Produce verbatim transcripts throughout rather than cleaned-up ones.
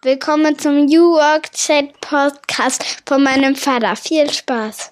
Willkommen zum New Work Chat Podcast von meinem Vater. Viel Spaß!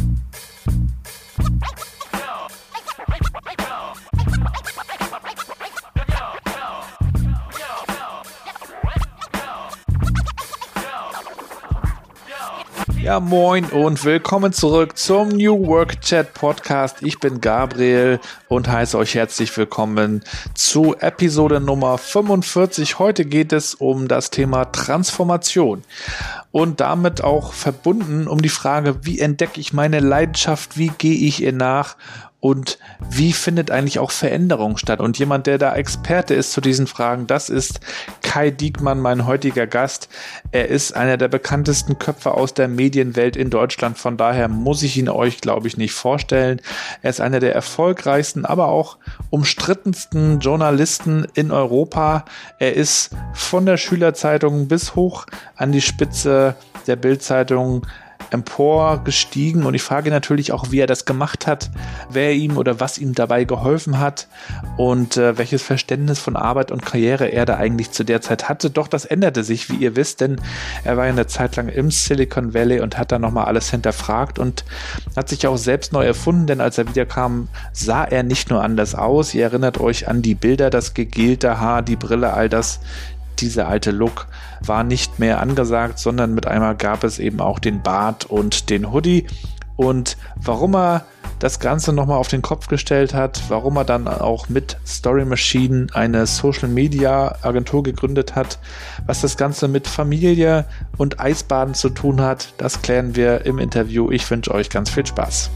Ja, moin und willkommen zurück zum New Work Chat Podcast. Ich bin Gabriel und heiße euch herzlich willkommen zu Episode Nummer fünfundvierzig. Heute geht es um das Thema Transformation und damit auch verbunden um die Frage, wie entdecke ich meine Leidenschaft, wie gehe ich ihr nach und wie findet eigentlich auch Veränderung statt? Und jemand, der da Experte ist zu diesen Fragen, das ist Kai Diekmann, mein heutiger Gast. Er ist einer der bekanntesten Köpfe aus der Medienwelt in Deutschland. Von daher muss ich ihn euch, glaube ich, nicht vorstellen. Er ist einer der erfolgreichsten, aber auch umstrittensten Journalisten in Europa. Er ist von der Schülerzeitung bis hoch an die Spitze der Bild-Zeitung emporgestiegen und ich frage natürlich auch, wie er das gemacht hat, wer ihm oder was ihm dabei geholfen hat und äh, welches Verständnis von Arbeit und Karriere er da eigentlich zu der Zeit hatte. Doch das änderte sich, wie ihr wisst, denn er war ja eine Zeit lang im Silicon Valley und hat dann nochmal alles hinterfragt und hat sich auch selbst neu erfunden, denn als er wiederkam, sah er nicht nur anders aus. Ihr erinnert euch an die Bilder, das gegelte Haar, die Brille, all das. Dieser alte Look war nicht mehr angesagt, sondern mit einmal gab es eben auch den Bart und den Hoodie. Und warum er das Ganze nochmal auf den Kopf gestellt hat, warum er dann auch mit Story Machine eine Social Media Agentur gegründet hat, was das Ganze mit Familie und Eisbaden zu tun hat, das klären wir im Interview. Ich wünsche euch ganz viel Spaß.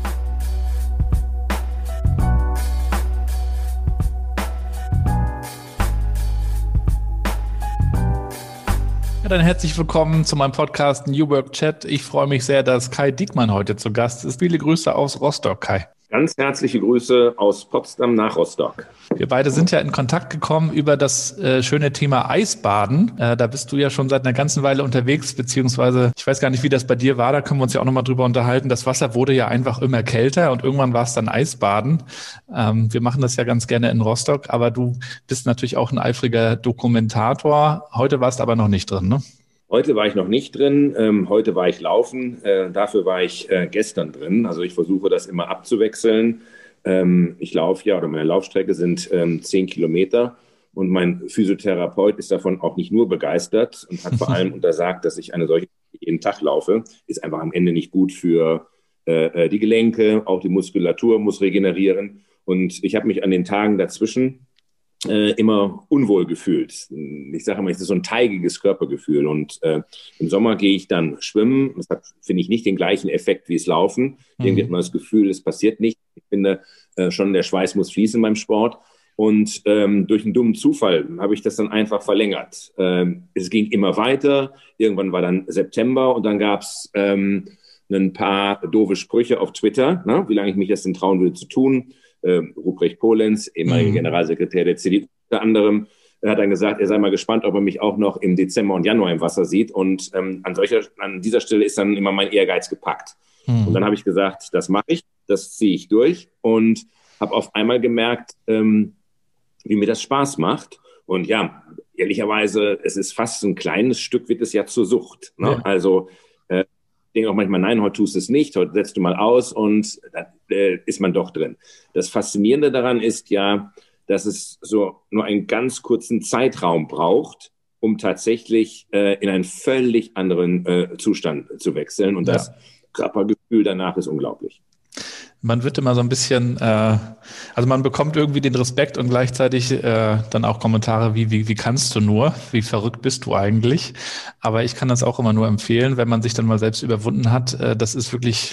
Dann herzlich willkommen zu meinem Podcast New Work Chat. Ich freue mich sehr, dass Kai Diekmann heute zu Gast ist. Viele Grüße aus Rostock, Kai. Ganz herzliche Grüße aus Potsdam nach Rostock. Wir beide sind ja in Kontakt gekommen über das äh, schöne Thema Eisbaden. Äh, da bist du ja schon seit einer ganzen Weile unterwegs, beziehungsweise ich weiß gar nicht, wie das bei dir war. Da können wir uns ja auch nochmal drüber unterhalten. Das Wasser wurde ja einfach immer kälter und irgendwann war es dann Eisbaden. Ähm, wir machen das ja ganz gerne in Rostock, aber du bist natürlich auch ein eifriger Dokumentator. Heute warst du aber noch nicht drin, ne? Heute war ich noch nicht drin, ähm, heute war ich laufen, äh, dafür war ich äh, gestern drin. Also ich versuche das immer abzuwechseln. Ähm, ich laufe ja, oder meine Laufstrecke sind ähm, zehn Kilometer und mein Physiotherapeut ist davon auch nicht nur begeistert und hat vor allem untersagt, dass ich eine solche jeden Tag laufe. Ist einfach am Ende nicht gut für äh, die Gelenke, auch die Muskulatur muss regenerieren. Und ich habe mich an den Tagen dazwischen Äh, immer unwohl gefühlt. Ich sage immer, es ist so ein teigiges Körpergefühl und äh, im Sommer gehe ich dann schwimmen. Das hat, finde ich, nicht den gleichen Effekt wie es Laufen. Mhm. Irgendwie hat man das Gefühl, es passiert nichts. Ich finde äh, schon, der Schweiß muss fließen beim Sport und ähm, durch einen dummen Zufall habe ich das dann einfach verlängert. Ähm, es ging immer weiter. Irgendwann war dann September und dann gab es ähm, ein paar doofe Sprüche auf Twitter, ne? Wie lange ich mich das denn trauen würde zu tun. Äh, Ruprecht Polenz, ehemaliger mhm. Generalsekretär der C D U unter anderem, hat dann gesagt, er sei mal gespannt, ob er mich auch noch im Dezember und Januar im Wasser sieht. Und ähm, an, solcher, an dieser Stelle ist dann immer mein Ehrgeiz gepackt. Mhm. Und dann habe ich gesagt, das mache ich, das ziehe ich durch und habe auf einmal gemerkt, ähm, wie mir das Spaß macht. Und ja, ehrlicherweise, es ist fast ein kleines Stück, wird es ja zur Sucht. Ne? Ja. Also äh, ich denke auch manchmal, nein, heute tust du es nicht, heute setzt du mal aus und dann äh, ist man doch drin. Das Faszinierende daran ist ja, dass es so nur einen ganz kurzen Zeitraum braucht, um tatsächlich äh, in einen völlig anderen äh, Zustand zu wechseln. Und ja. Das Körpergefühl danach ist unglaublich. Man wird immer so ein bisschen, äh, also man bekommt irgendwie den Respekt und gleichzeitig äh, dann auch Kommentare wie, wie, wie kannst du nur, wie verrückt bist du eigentlich? Aber ich kann das auch immer nur empfehlen, wenn man sich dann mal selbst überwunden hat. Äh, das ist wirklich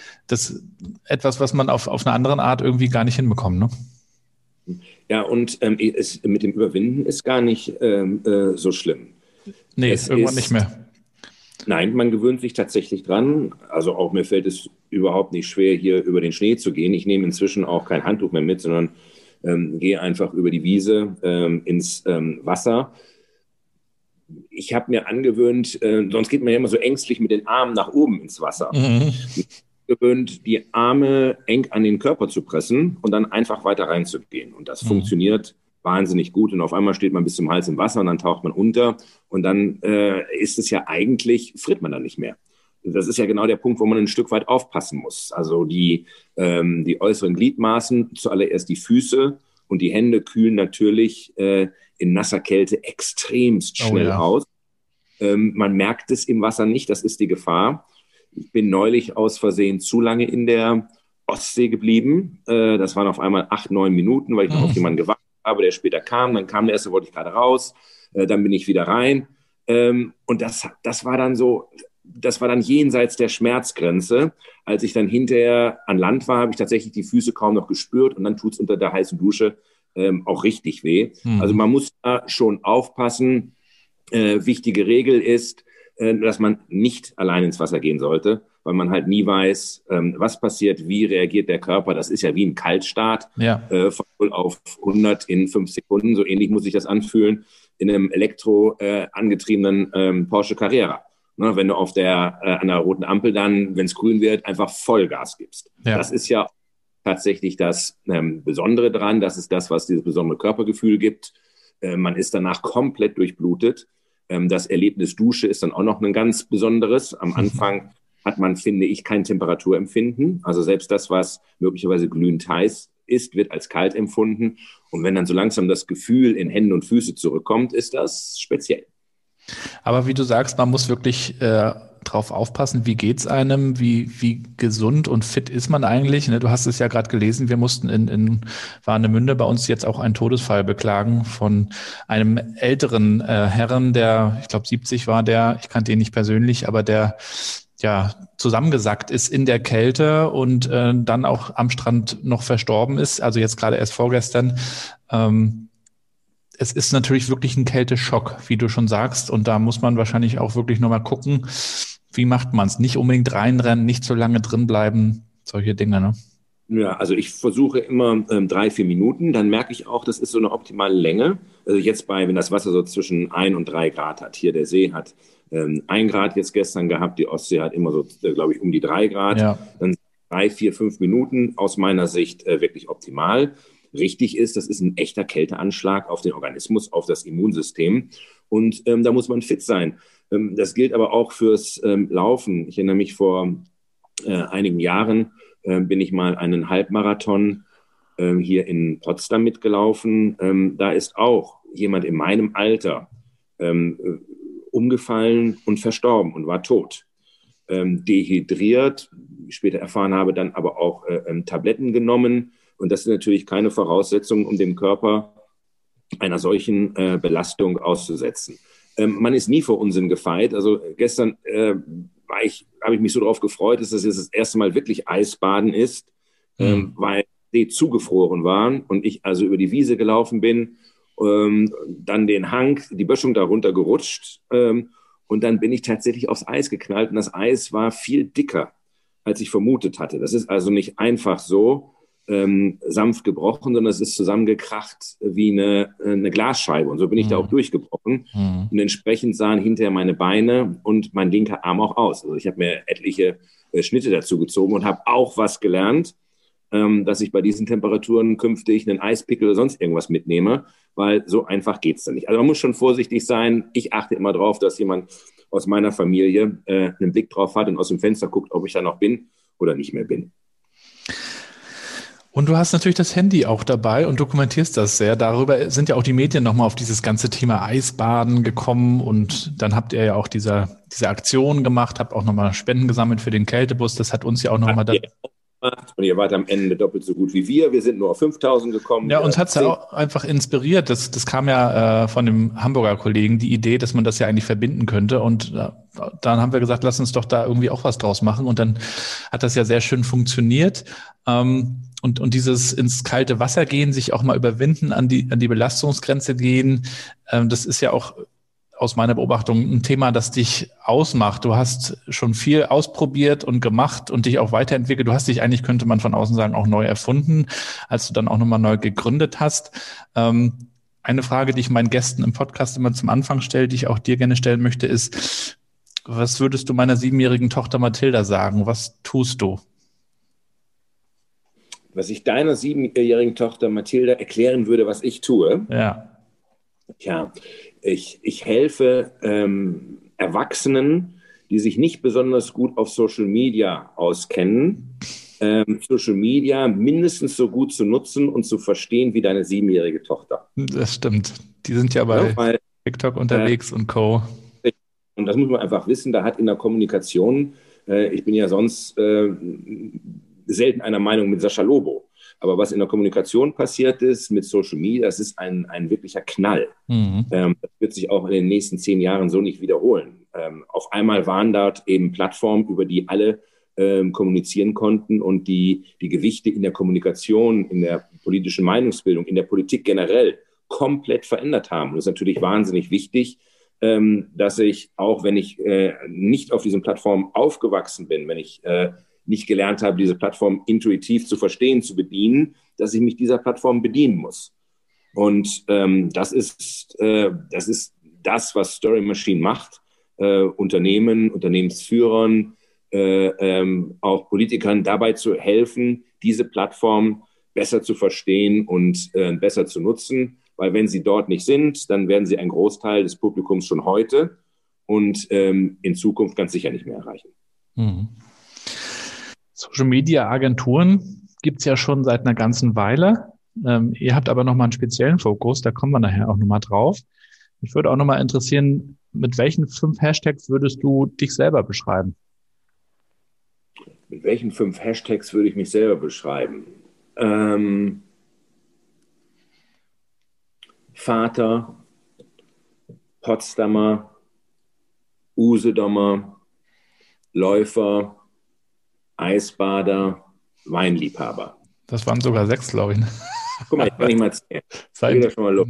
das etwas, was man auf, auf eine andere Art irgendwie gar nicht hinbekommt, ne? Ja, und ähm, es, mit dem Überwinden ist gar nicht ähm, äh, so schlimm. Nee, es irgendwann ist, nicht mehr. Nein, man gewöhnt sich tatsächlich dran. Also auch mir fällt es überhaupt nicht schwer, hier über den Schnee zu gehen. Ich nehme inzwischen auch kein Handtuch mehr mit, sondern ähm, gehe einfach über die Wiese ähm, ins ähm, Wasser. Ich habe mir angewöhnt, äh, sonst geht man ja immer so ängstlich mit den Armen nach oben ins Wasser. Mhm. Ich habe gewöhnt, die Arme eng an den Körper zu pressen und dann einfach weiter reinzugehen. Und das mhm. funktioniert wahnsinnig gut und auf einmal steht man bis zum Hals im Wasser und dann taucht man unter und dann äh, ist es ja eigentlich, friert man dann nicht mehr. Das ist ja genau der Punkt, wo man ein Stück weit aufpassen muss. Also die, ähm, die äußeren Gliedmaßen, zuallererst die Füße und die Hände kühlen natürlich äh, in nasser Kälte extremst schnell oh, ja. aus. Ähm, man merkt es im Wasser nicht, das ist die Gefahr. Ich bin neulich aus Versehen zu lange in der Ostsee geblieben. Äh, das waren auf einmal acht, neun Minuten, weil ich noch mhm. auf jemanden gewartet habe, der später kam. Dann kam der erste, wollte ich gerade raus. Äh, dann bin ich wieder rein. Ähm, und das, das war dann so, das war dann jenseits der Schmerzgrenze. Als ich dann hinterher an Land war, habe ich tatsächlich die Füße kaum noch gespürt und dann tut es unter der heißen Dusche ähm, auch richtig weh. Mhm. Also man muss da schon aufpassen. Äh, wichtige Regel ist, äh, dass man nicht allein ins Wasser gehen sollte, weil man halt nie weiß, ähm, was passiert, wie reagiert der Körper. Das ist ja wie ein Kaltstart, ja. äh, von null auf hundert in fünf Sekunden. So ähnlich muss sich das anfühlen in einem elektro äh, angetriebenen ähm, Porsche Carrera. Ne, wenn du auf der, äh, an der roten Ampel dann, wenn es grün wird, einfach Vollgas gibst. Ja. Das ist ja tatsächlich das ähm, Besondere dran. Das ist das, was dieses besondere Körpergefühl gibt. Äh, man ist danach komplett durchblutet. Ähm, das Erlebnis Dusche ist dann auch noch ein ganz besonderes. Am Anfang hat man, finde ich, kein Temperaturempfinden. Also selbst das, was möglicherweise glühend heiß ist, wird als kalt empfunden. Und wenn dann so langsam das Gefühl in Hände und Füße zurückkommt, ist das speziell. Aber wie du sagst, man muss wirklich äh, drauf aufpassen, wie geht's einem, wie wie gesund und fit ist man eigentlich. Ne? Du hast es ja gerade gelesen, wir mussten in, in Warnemünde bei uns jetzt auch einen Todesfall beklagen von einem älteren äh, Herrn, der, ich glaube siebzig war der, ich kannte ihn nicht persönlich, aber der ja zusammengesackt ist in der Kälte und äh, dann auch am Strand noch verstorben ist, also jetzt gerade erst vorgestern. Ähm, Es ist natürlich wirklich ein Kälteschock, wie du schon sagst. Und da muss man wahrscheinlich auch wirklich nochmal gucken, wie macht man es? Nicht unbedingt reinrennen, nicht so lange drin bleiben, solche Dinge, ne? Ja, also ich versuche immer ähm, drei, vier Minuten. Dann merke ich auch, das ist so eine optimale Länge. Also jetzt bei, wenn das Wasser so zwischen ein und drei Grad hat. Hier der See hat ähm, ein Grad jetzt gestern gehabt. Die Ostsee hat immer so, äh, glaube ich, um die drei Grad. Ja. Dann drei, vier, fünf Minuten aus meiner Sicht äh, wirklich optimal. Richtig ist, das ist ein echter Kälteanschlag auf den Organismus, auf das Immunsystem. Und ähm, da muss man fit sein. Ähm, das gilt aber auch fürs ähm, Laufen. Ich erinnere mich, vor äh, einigen Jahren äh, bin ich mal einen Halbmarathon äh, hier in Potsdam mitgelaufen. Ähm, da ist auch jemand in meinem Alter ähm, umgefallen und verstorben und war tot. Ähm, dehydriert, wie ich später erfahren habe, dann aber auch äh, ähm, Tabletten genommen. Und das sind natürlich keine Voraussetzungen, um dem Körper einer solchen äh, Belastung auszusetzen. Ähm, man ist nie vor Unsinn gefeit. Also gestern äh, war ich, habe ich mich so darauf gefreut, dass das jetzt das erste Mal wirklich Eisbaden ist, mhm. ähm, weil die zugefroren waren und ich also über die Wiese gelaufen bin, ähm, dann den Hang, die Böschung darunter gerutscht ähm, und dann bin ich tatsächlich aufs Eis geknallt und das Eis war viel dicker, als ich vermutet hatte. Das ist also nicht einfach so Ähm, sanft gebrochen, sondern es ist zusammengekracht wie eine, eine Glasscheibe. Und so bin ich mhm. da auch durchgebrochen. Mhm. Und entsprechend sahen hinterher meine Beine und mein linker Arm auch aus. Also ich habe mir etliche äh, Schnitte dazu gezogen und habe auch was gelernt, ähm, dass ich bei diesen Temperaturen künftig einen Eispickel oder sonst irgendwas mitnehme, weil so einfach geht's dann nicht. Also man muss schon vorsichtig sein. Ich achte immer drauf, dass jemand aus meiner Familie äh, einen Blick drauf hat und aus dem Fenster guckt, ob ich da noch bin oder nicht mehr bin. Und du hast natürlich das Handy auch dabei und dokumentierst das sehr. Darüber sind ja auch die Medien nochmal auf dieses ganze Thema Eisbaden gekommen und dann habt ihr ja auch diese, diese Aktion gemacht, habt auch nochmal Spenden gesammelt für den Kältebus. Das hat uns ja auch nochmal... Da- und ihr wart am Ende doppelt so gut wie wir. Wir sind nur auf fünftausend gekommen. Ja, uns hat es ja auch einfach inspiriert. Das, das kam ja äh, von dem Hamburger Kollegen, die Idee, dass man das ja eigentlich verbinden könnte. Und äh, dann haben wir gesagt, lass uns doch da irgendwie auch was draus machen. Und dann hat das ja sehr schön funktioniert. Ähm, und, und dieses ins kalte Wasser gehen, sich auch mal überwinden, an die, an die Belastungsgrenze gehen, ähm, das ist ja auch aus meiner Beobachtung ein Thema, das dich ausmacht. Du hast schon viel ausprobiert und gemacht und dich auch weiterentwickelt. Du hast dich eigentlich, könnte man von außen sagen, auch neu erfunden, als du dann auch nochmal neu gegründet hast. Ähm, eine Frage, die ich meinen Gästen im Podcast immer zum Anfang stelle, die ich auch dir gerne stellen möchte, ist, was würdest du meiner siebenjährigen Tochter Mathilda sagen? Was tust du? was ich deiner siebenjährigen Tochter Mathilda erklären würde, was ich tue. Ja. Tja, ich, ich helfe ähm, Erwachsenen, die sich nicht besonders gut auf Social Media auskennen, ähm, Social Media mindestens so gut zu nutzen und zu verstehen wie deine siebenjährige Tochter. Das stimmt. Die sind ja bei ja, weil, TikTok unterwegs äh, und Co. Und das muss man einfach wissen, da hat in der Kommunikation, äh, ich bin ja sonst äh, selten einer Meinung mit Sascha Lobo, aber was in der Kommunikation passiert ist mit Social Media, das ist ein, ein wirklicher Knall. Mhm. Ähm, das wird sich auch in den nächsten zehn Jahren so nicht wiederholen. Ähm, auf einmal waren dort eben Plattformen, über die alle ähm, kommunizieren konnten und die die Gewichte in der Kommunikation, in der politischen Meinungsbildung, in der Politik generell komplett verändert haben. Und das ist natürlich wahnsinnig wichtig, ähm, dass ich, auch wenn ich äh, nicht auf diesen Plattformen aufgewachsen bin, wenn ich äh, nicht gelernt habe, diese Plattform intuitiv zu verstehen, zu bedienen, dass ich mich dieser Plattform bedienen muss. Und ähm, das ist, äh, das ist das, was Story Machine macht. Äh, Unternehmen, Unternehmensführern, äh, ähm, auch Politikern dabei zu helfen, diese Plattform besser zu verstehen und äh, besser zu nutzen. Weil wenn sie dort nicht sind, dann werden sie einen Großteil des Publikums schon heute und ähm, in Zukunft ganz sicher nicht mehr erreichen. Mhm. Social-Media-Agenturen gibt es ja schon seit einer ganzen Weile. Ähm, ihr habt aber nochmal einen speziellen Fokus, da kommen wir nachher auch nochmal drauf. Mich würde auch nochmal interessieren, mit welchen fünf Hashtags würdest du dich selber beschreiben? Mit welchen fünf Hashtags würde ich mich selber beschreiben? Ähm, Vater, Potsdamer, Usedomer, Läufer, Eisbader, Weinliebhaber. Das waren sogar sechs, glaube ich. Guck mal, ich kann nicht mal zählen. Seid das schon mal los.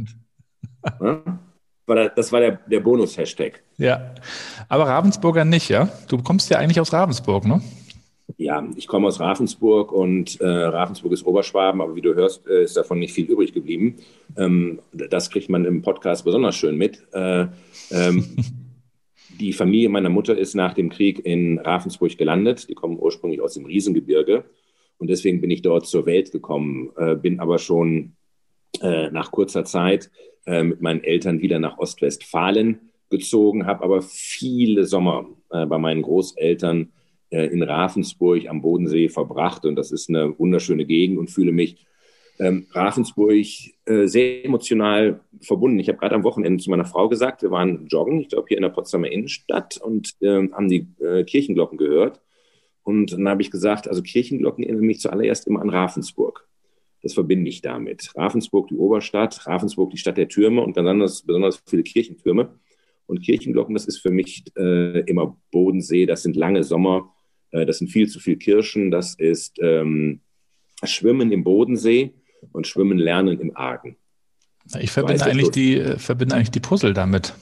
Ja? Das war der, der Bonus-Hashtag. Ja, aber Ravensburger nicht, ja? Du kommst ja eigentlich aus Ravensburg, ne? Ja, ich komme aus Ravensburg und äh, Ravensburg ist Oberschwaben, aber wie du hörst, äh, ist davon nicht viel übrig geblieben. Ähm, das kriegt man im Podcast besonders schön mit. Äh, ähm, die Familie meiner Mutter ist nach dem Krieg in Ravensburg gelandet. Die kommen ursprünglich aus dem Riesengebirge und deswegen bin ich dort zur Welt gekommen, äh, bin aber schon äh, nach kurzer Zeit äh, mit meinen Eltern wieder nach Ostwestfalen gezogen, habe aber viele Sommer äh, bei meinen Großeltern in Ravensburg am Bodensee verbracht und das ist eine wunderschöne Gegend und fühle mich ähm, Ravensburg äh, sehr emotional verbunden. Ich habe gerade am Wochenende zu meiner Frau gesagt, wir waren joggen, ich glaube hier in der Potsdamer Innenstadt und äh, haben die äh, Kirchenglocken gehört und dann habe ich gesagt, also Kirchenglocken erinnern mich zuallererst immer an Ravensburg. Das verbinde ich damit. Ravensburg, die Oberstadt, Ravensburg, die Stadt der Türme und dann besonders, besonders viele Kirchentürme. Und Kirchenglocken, das ist für mich äh, immer Bodensee, das sind lange Sommer, das sind viel zu viele Kirschen, das ist ähm, Schwimmen im Bodensee und Schwimmen lernen im Argen. Ich verbinde eigentlich, die, äh, verbinde eigentlich die Puzzle damit.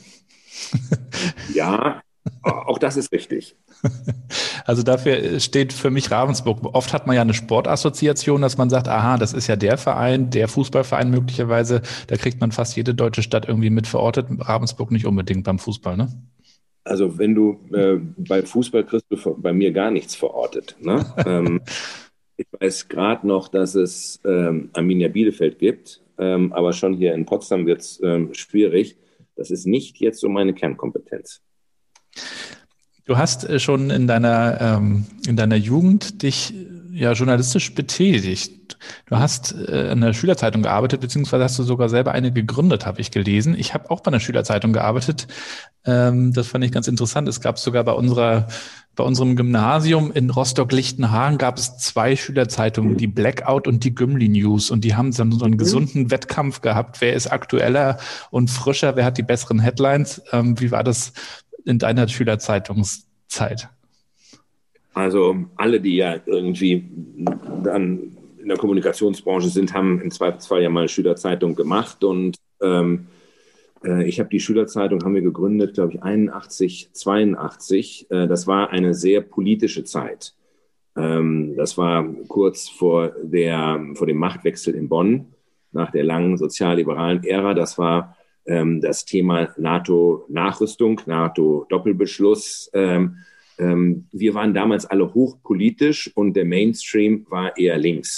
Ja, auch das ist richtig. Also dafür steht für mich Ravensburg. Oft hat man ja eine Sportassoziation, dass man sagt, aha, das ist ja der Verein, der Fußballverein möglicherweise. Da kriegt man fast jede deutsche Stadt irgendwie mit verortet. Ravensburg nicht unbedingt beim Fußball, ne? Also wenn du äh, bei Fußball kriegst du bei mir gar nichts verortet. Ne? ähm, ich weiß gerade noch, dass es ähm, Arminia Bielefeld gibt, ähm, aber schon hier in Potsdam wird es ähm, schwierig. Das ist nicht jetzt so meine Kernkompetenz. Du hast äh, schon in deiner, ähm, in deiner Jugend dich ja journalistisch betätigt. Du hast äh, in einer Schülerzeitung gearbeitet, beziehungsweise hast du sogar selber eine gegründet, habe ich gelesen. Ich habe auch bei einer Schülerzeitung gearbeitet. Ähm, das fand ich ganz interessant. Es gab sogar bei unserer, bei unserem Gymnasium in Rostock-Lichtenhagen gab es zwei Schülerzeitungen, die Blackout und die Gymli News. Und die haben so einen, so einen gesunden Wettkampf gehabt. Wer ist aktueller und frischer? Wer hat die besseren Headlines? Ähm, wie war das in deiner Schülerzeitungszeit? Also alle, die ja irgendwie dann in der Kommunikationsbranche sind, haben im Zweifelsfall ja mal eine Schülerzeitung gemacht und ähm, äh, ich habe die Schülerzeitung, haben wir gegründet, glaube ich, einundachtzig, zweiundachtzig. Äh, das war eine sehr politische Zeit. Ähm, das war kurz vor, der, vor dem Machtwechsel in Bonn, nach der langen sozialliberalen Ära. Das war ähm, das Thema NATO-Nachrüstung, NATO-Doppelbeschluss. Ähm, ähm, wir waren damals alle hochpolitisch und der Mainstream war eher links.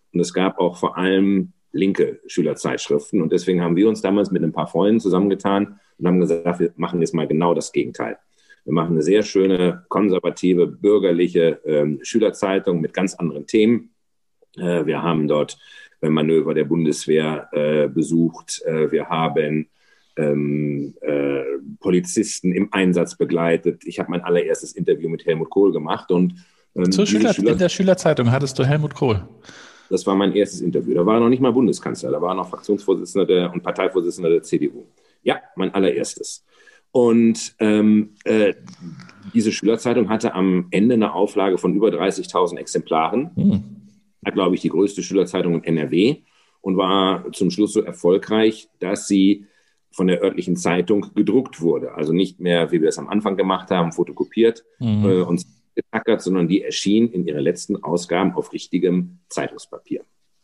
und es gab auch vor allem linke Schülerzeitschriften. Und deswegen haben wir uns damals mit ein paar Freunden zusammengetan und haben gesagt, wir machen jetzt mal genau das Gegenteil. Wir machen eine sehr schöne, konservative, bürgerliche ähm, Schülerzeitung mit ganz anderen Themen. Äh, wir haben dort Manöver der Bundeswehr äh, besucht. Äh, wir haben ähm, äh, Polizisten im Einsatz begleitet. Ich habe mein allererstes Interview mit Helmut Kohl gemacht. Und, ähm, Zur Schüler, Schüler- in der Schülerzeitung hattest du Helmut Kohl. Das war mein erstes Interview. Da war er noch nicht mal Bundeskanzler. Da war er noch Fraktionsvorsitzender der, und Parteivorsitzender der C D U. Ja, mein allererstes. Und ähm, äh, diese Schülerzeitung hatte am Ende eine Auflage von über dreißigtausend Exemplaren. Hm. Hat, glaube ich, die größte Schülerzeitung in N R W und war zum Schluss so erfolgreich, dass sie von der örtlichen Zeitung gedruckt wurde. Also nicht mehr, wie wir es am Anfang gemacht haben, fotokopiert hm. äh, und getackert, sondern die erschien in ihren letzten Ausgaben auf richtigem Zeitungspapier.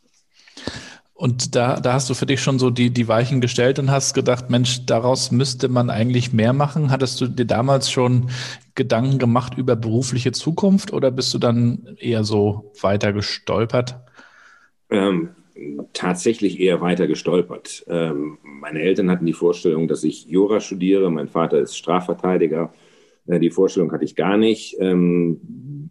Und da, da hast du für dich schon so die, die Weichen gestellt und hast gedacht, Mensch, daraus müsste man eigentlich mehr machen. Hattest du dir damals schon Gedanken gemacht über berufliche Zukunft oder bist du dann eher so weiter gestolpert? Ähm, tatsächlich eher weiter gestolpert. Ähm, meine Eltern hatten die Vorstellung, dass ich Jura studiere. Mein Vater ist Strafverteidiger. Äh, die Vorstellung hatte ich gar nicht. Ähm,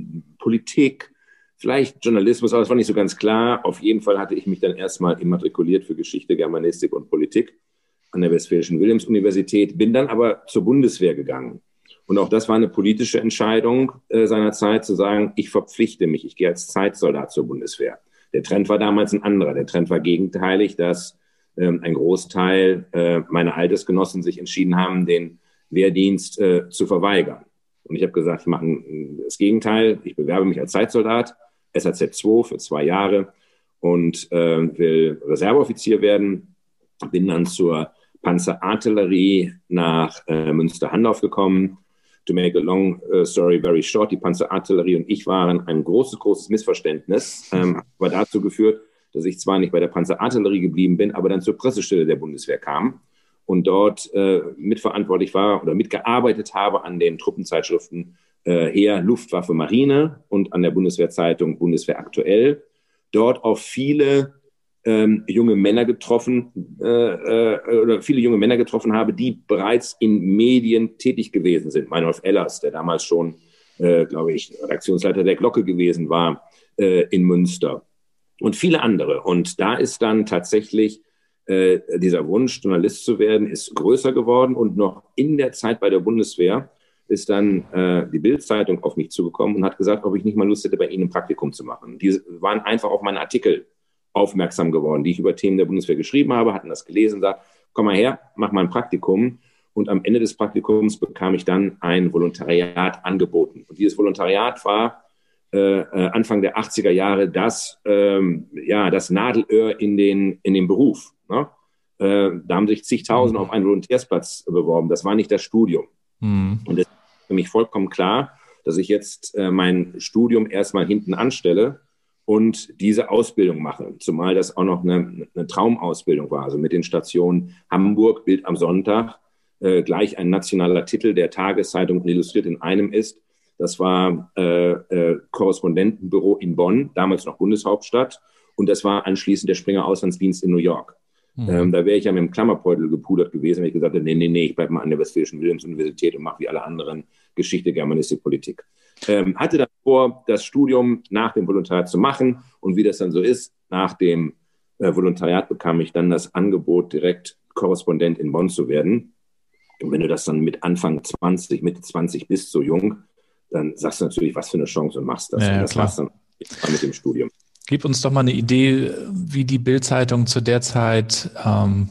Politik, vielleicht Journalismus, aber das war nicht so ganz klar. Auf jeden Fall hatte ich mich dann erstmal immatrikuliert für Geschichte, Germanistik und Politik an der Westfälischen Wilhelms-Universität, bin dann aber zur Bundeswehr gegangen. Und auch das war eine politische Entscheidung äh, seinerzeit, zu sagen, ich verpflichte mich, ich gehe als Zeitsoldat zur Bundeswehr. Der Trend war damals ein anderer. Der Trend war gegenteilig, dass ähm, ein Großteil äh, meiner Altersgenossen sich entschieden haben, den Wehrdienst äh, zu verweigern. Und ich habe gesagt, ich mache das Gegenteil. Ich bewerbe mich als Zeitsoldat, S A Z zwei für zwei Jahre und äh, will Reserveoffizier werden. Bin dann zur Panzerartillerie nach äh, Münster-Handorf gekommen. To make a long uh, story very short, die Panzerartillerie und ich waren ein großes, großes Missverständnis, ähm, aber dazu geführt, dass ich zwar nicht bei der Panzerartillerie geblieben bin, aber dann zur Pressestelle der Bundeswehr kam und dort äh, mitverantwortlich war oder mitgearbeitet habe an den Truppenzeitschriften äh, Heer, Luftwaffe, Marine und an der Bundeswehrzeitung Bundeswehr aktuell. Dort auch viele ähm, junge Männer getroffen äh, äh, oder viele junge Männer getroffen habe, die bereits in Medien tätig gewesen sind. Meinolf Ehlers, der damals schon, äh, glaube ich, Redaktionsleiter der Glocke gewesen war äh, in Münster und viele andere. Und da ist dann tatsächlich äh, dieser Wunsch, Journalist zu werden, ist größer geworden und noch in der Zeit bei der Bundeswehr ist dann äh, die Bild-Zeitung auf mich zugekommen und hat gesagt, ob ich nicht mal Lust hätte, bei ihnen ein Praktikum zu machen. Die waren einfach auf meine Artikel aufmerksam geworden, die ich über Themen der Bundeswehr geschrieben habe, hatten das gelesen, sagt, komm mal her, mach mal ein Praktikum. Und am Ende des Praktikums bekam ich dann ein Volontariat angeboten. Und dieses Volontariat war äh, Anfang der achtziger Jahre das, ähm, ja, das Nadelöhr in den, in den Beruf. Ne? Äh, da haben sich zigtausend mhm. auf einen Volontärsplatz beworben. Das war nicht das Studium. Mhm. Und es ist für mich vollkommen klar, dass ich jetzt äh, mein Studium erstmal hinten anstelle und diese Ausbildung mache, zumal das auch noch eine, eine Traumausbildung war, also mit den Stationen Hamburg, Bild am Sonntag, äh, gleich ein nationaler Titel der Tageszeitung und Illustriert in einem ist. Das war äh, äh, Korrespondentenbüro in Bonn, damals noch Bundeshauptstadt, und das war anschließend der Springer Auslandsdienst in New York. Mhm. Ähm, da wäre ich ja mit dem Klammerbeutel gepudert gewesen, wenn ich gesagt hätte, nee, nee, nee, ich bleibe mal an der Westfälischen Wilhelms-Universität und mache wie alle anderen Geschichte, Germanistik, Politik. Ähm, hatte dann vor, das Studium nach dem Volontariat zu machen und wie das dann so ist, nach dem äh, Volontariat bekam ich dann das Angebot, direkt Korrespondent in Bonn zu werden. Und wenn du das dann mit Anfang zwanzig, Mitte zwanzig bist, so jung, dann sagst du natürlich, was für eine Chance und machst das. Ja, und das klar. war's dann mit dem Studium. Gib uns doch mal eine Idee, wie die Bild-Zeitung zu der Zeit ähm,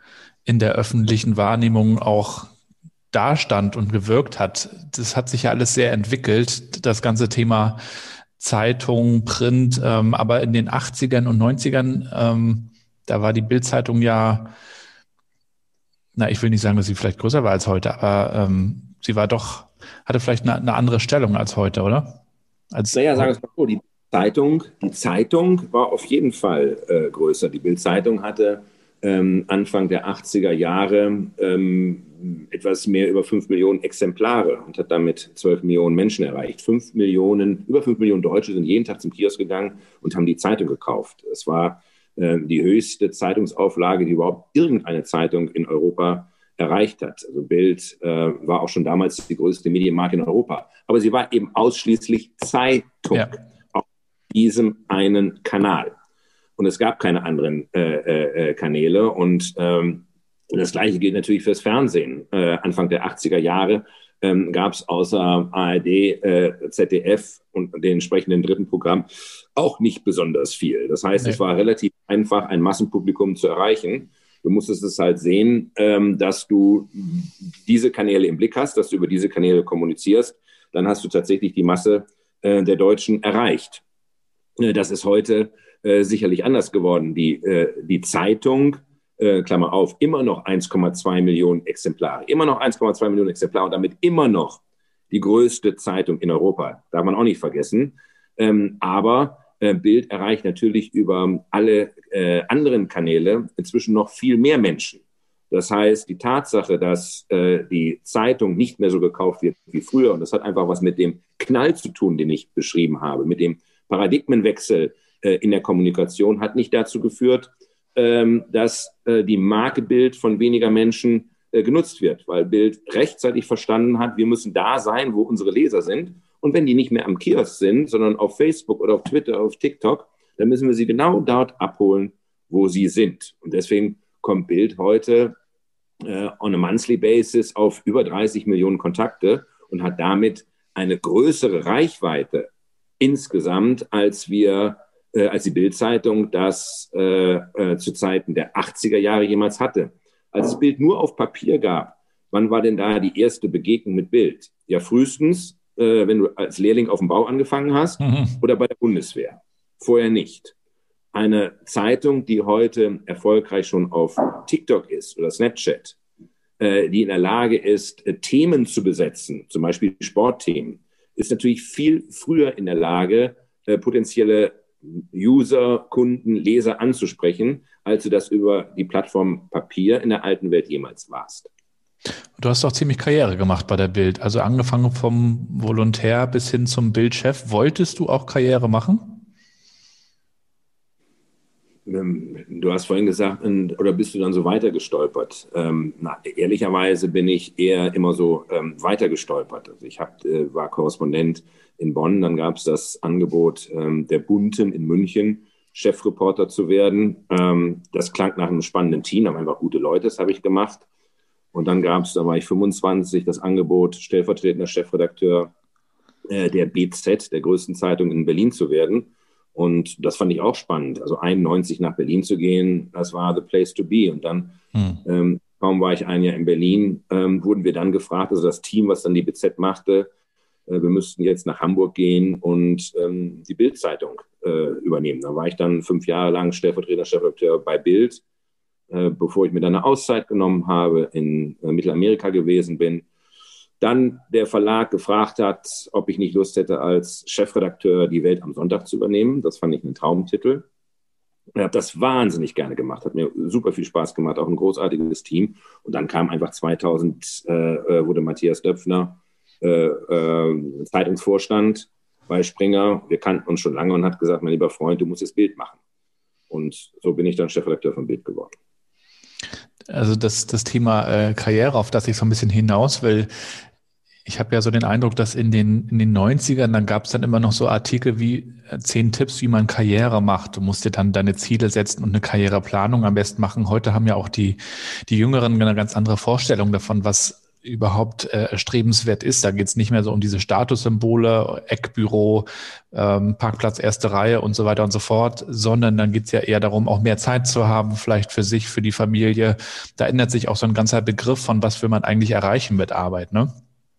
in der öffentlichen Wahrnehmung auch dastand und gewirkt hat. Das hat sich ja alles sehr entwickelt, das ganze Thema Zeitung, Print, ähm, aber in den achtzigern und neunzigern, ähm, da war die Bild-Zeitung ja, na, ich will nicht sagen, dass sie vielleicht größer war als heute, aber ähm, sie war doch, hatte vielleicht eine, eine andere Stellung als heute, oder? Als naja, sagen wir es mal so, die Zeitung, die Zeitung war auf jeden Fall äh, größer. Die Bild-Zeitung hatte ähm, Anfang der achtziger Jahre ähm, etwas mehr über fünf Millionen Exemplare und hat damit zwölf Millionen Menschen erreicht. Fünf Millionen, über fünf Millionen Deutsche sind jeden Tag zum Kiosk gegangen und haben die Zeitung gekauft. Es war äh, die höchste Zeitungsauflage, die überhaupt irgendeine Zeitung in Europa erreicht hat. Also Bild äh, war auch schon damals die größte Medienmarke in Europa. Aber sie war eben ausschließlich Zeitung ja. auf diesem einen Kanal. Und es gab keine anderen äh, äh, Kanäle. Und ähm, das Gleiche gilt natürlich fürs Fernsehen. Äh, Anfang der achtziger Jahre ähm, gab es außer A R D, äh, Z D F und den entsprechenden dritten Programm auch nicht besonders viel. Das heißt, nee. Es war relativ einfach, ein Massenpublikum zu erreichen. Du musstest es halt sehen, ähm, dass du diese Kanäle im Blick hast, dass du über diese Kanäle kommunizierst. Dann hast du tatsächlich die Masse äh, der Deutschen erreicht. Äh, das ist heute äh, sicherlich anders geworden. Die, äh, die Zeitung, äh, Klammer auf, immer noch eins Komma zwei Millionen Exemplare. Immer noch eins Komma zwei Millionen Exemplare und damit immer noch die größte Zeitung in Europa. Darf man auch nicht vergessen. Ähm, aber Bild erreicht natürlich über alle äh, anderen Kanäle inzwischen noch viel mehr Menschen. Das heißt, die Tatsache, dass äh, die Zeitung nicht mehr so gekauft wird wie früher, und das hat einfach was mit dem Knall zu tun, den ich beschrieben habe, mit dem Paradigmenwechsel äh, in der Kommunikation, hat nicht dazu geführt, ähm, dass äh, die Marke Bild von weniger Menschen äh, genutzt wird, weil Bild rechtzeitig verstanden hat, wir müssen da sein, wo unsere Leser sind. Und wenn die nicht mehr am Kiosk sind, sondern auf Facebook oder auf Twitter, auf TikTok, dann müssen wir sie genau dort abholen, wo sie sind. Und deswegen kommt Bild heute äh, on a monthly basis auf über dreißig Millionen Kontakte und hat damit eine größere Reichweite insgesamt, als wir, äh, als die Bild-Zeitung das äh, äh, zu Zeiten der achtziger Jahre jemals hatte. Als es Bild nur auf Papier gab, wann war denn da die erste Begegnung mit Bild? Ja, frühestens, Äh, wenn du als Lehrling auf dem Bau angefangen hast mhm. oder bei der Bundeswehr. Vorher nicht. Eine Zeitung, die heute erfolgreich schon auf TikTok ist oder Snapchat, äh, die in der Lage ist, äh, Themen zu besetzen, zum Beispiel Sportthemen, ist natürlich viel früher in der Lage, äh, potenzielle User, Kunden, Leser anzusprechen, als du das über die Plattform Papier in der alten Welt jemals warst. Du hast doch ziemlich Karriere gemacht bei der Bild. Also angefangen vom Volontär bis hin zum Bildchef. Wolltest du auch Karriere machen? Du hast vorhin gesagt, oder bist du dann so weiter gestolpert? Ähm, na, ehrlicherweise bin ich eher immer so ähm, weiter gestolpert. Also ich hab, äh, war Korrespondent in Bonn, dann gab es das Angebot ähm, der Bunten in München, Chefreporter zu werden. Ähm, das klang nach einem spannenden Team, haben einfach gute Leute, das habe ich gemacht. Und dann gab es, da war ich fünfundzwanzig, das Angebot, stellvertretender Chefredakteur äh, der B Z, der größten Zeitung in Berlin zu werden. Und das fand ich auch spannend. Also einundneunzig nach Berlin zu gehen, das war the place to be. Und dann, hm. ähm, kaum war ich ein Jahr in Berlin, ähm, wurden wir dann gefragt, also das Team, was dann die B Z machte, äh, wir müssten jetzt nach Hamburg gehen und ähm, die Bild-Zeitung äh, übernehmen. Da war ich dann fünf Jahre lang stellvertretender Chefredakteur bei Bild, bevor ich mir dann eine Auszeit genommen habe, in Mittelamerika gewesen bin. Dann der Verlag gefragt hat, ob ich nicht Lust hätte, als Chefredakteur die Welt am Sonntag zu übernehmen. Das fand ich einen Traumtitel. Ich habe das wahnsinnig gerne gemacht, hat mir super viel Spaß gemacht, auch ein großartiges Team. Und dann kam einfach zweitausend, äh, wurde Matthias Döpfner äh, äh, Zeitungsvorstand bei Springer. Wir kannten uns schon lange und hat gesagt, mein lieber Freund, du musst jetzt Bild machen. Und so bin ich dann Chefredakteur von Bild geworden. Also das, das Thema äh, Karriere, auf das ich so ein bisschen hinaus will. Ich habe ja so den Eindruck, dass in den, in den neunzigern, dann gab es dann immer noch so Artikel wie äh, zehn Tipps, wie man Karriere macht. Du musst dir dann deine Ziele setzen und eine Karriereplanung am besten machen. Heute haben ja auch die, die Jüngeren eine ganz andere Vorstellung davon, was überhaupt äh, erstrebenswert ist. Da geht es nicht mehr so um diese Statussymbole, Eckbüro, ähm, Parkplatz erste Reihe und so weiter und so fort, sondern dann geht es ja eher darum, auch mehr Zeit zu haben, vielleicht für sich, für die Familie. Da ändert sich auch so ein ganzer Begriff von, was will man eigentlich erreichen mit Arbeit, ne?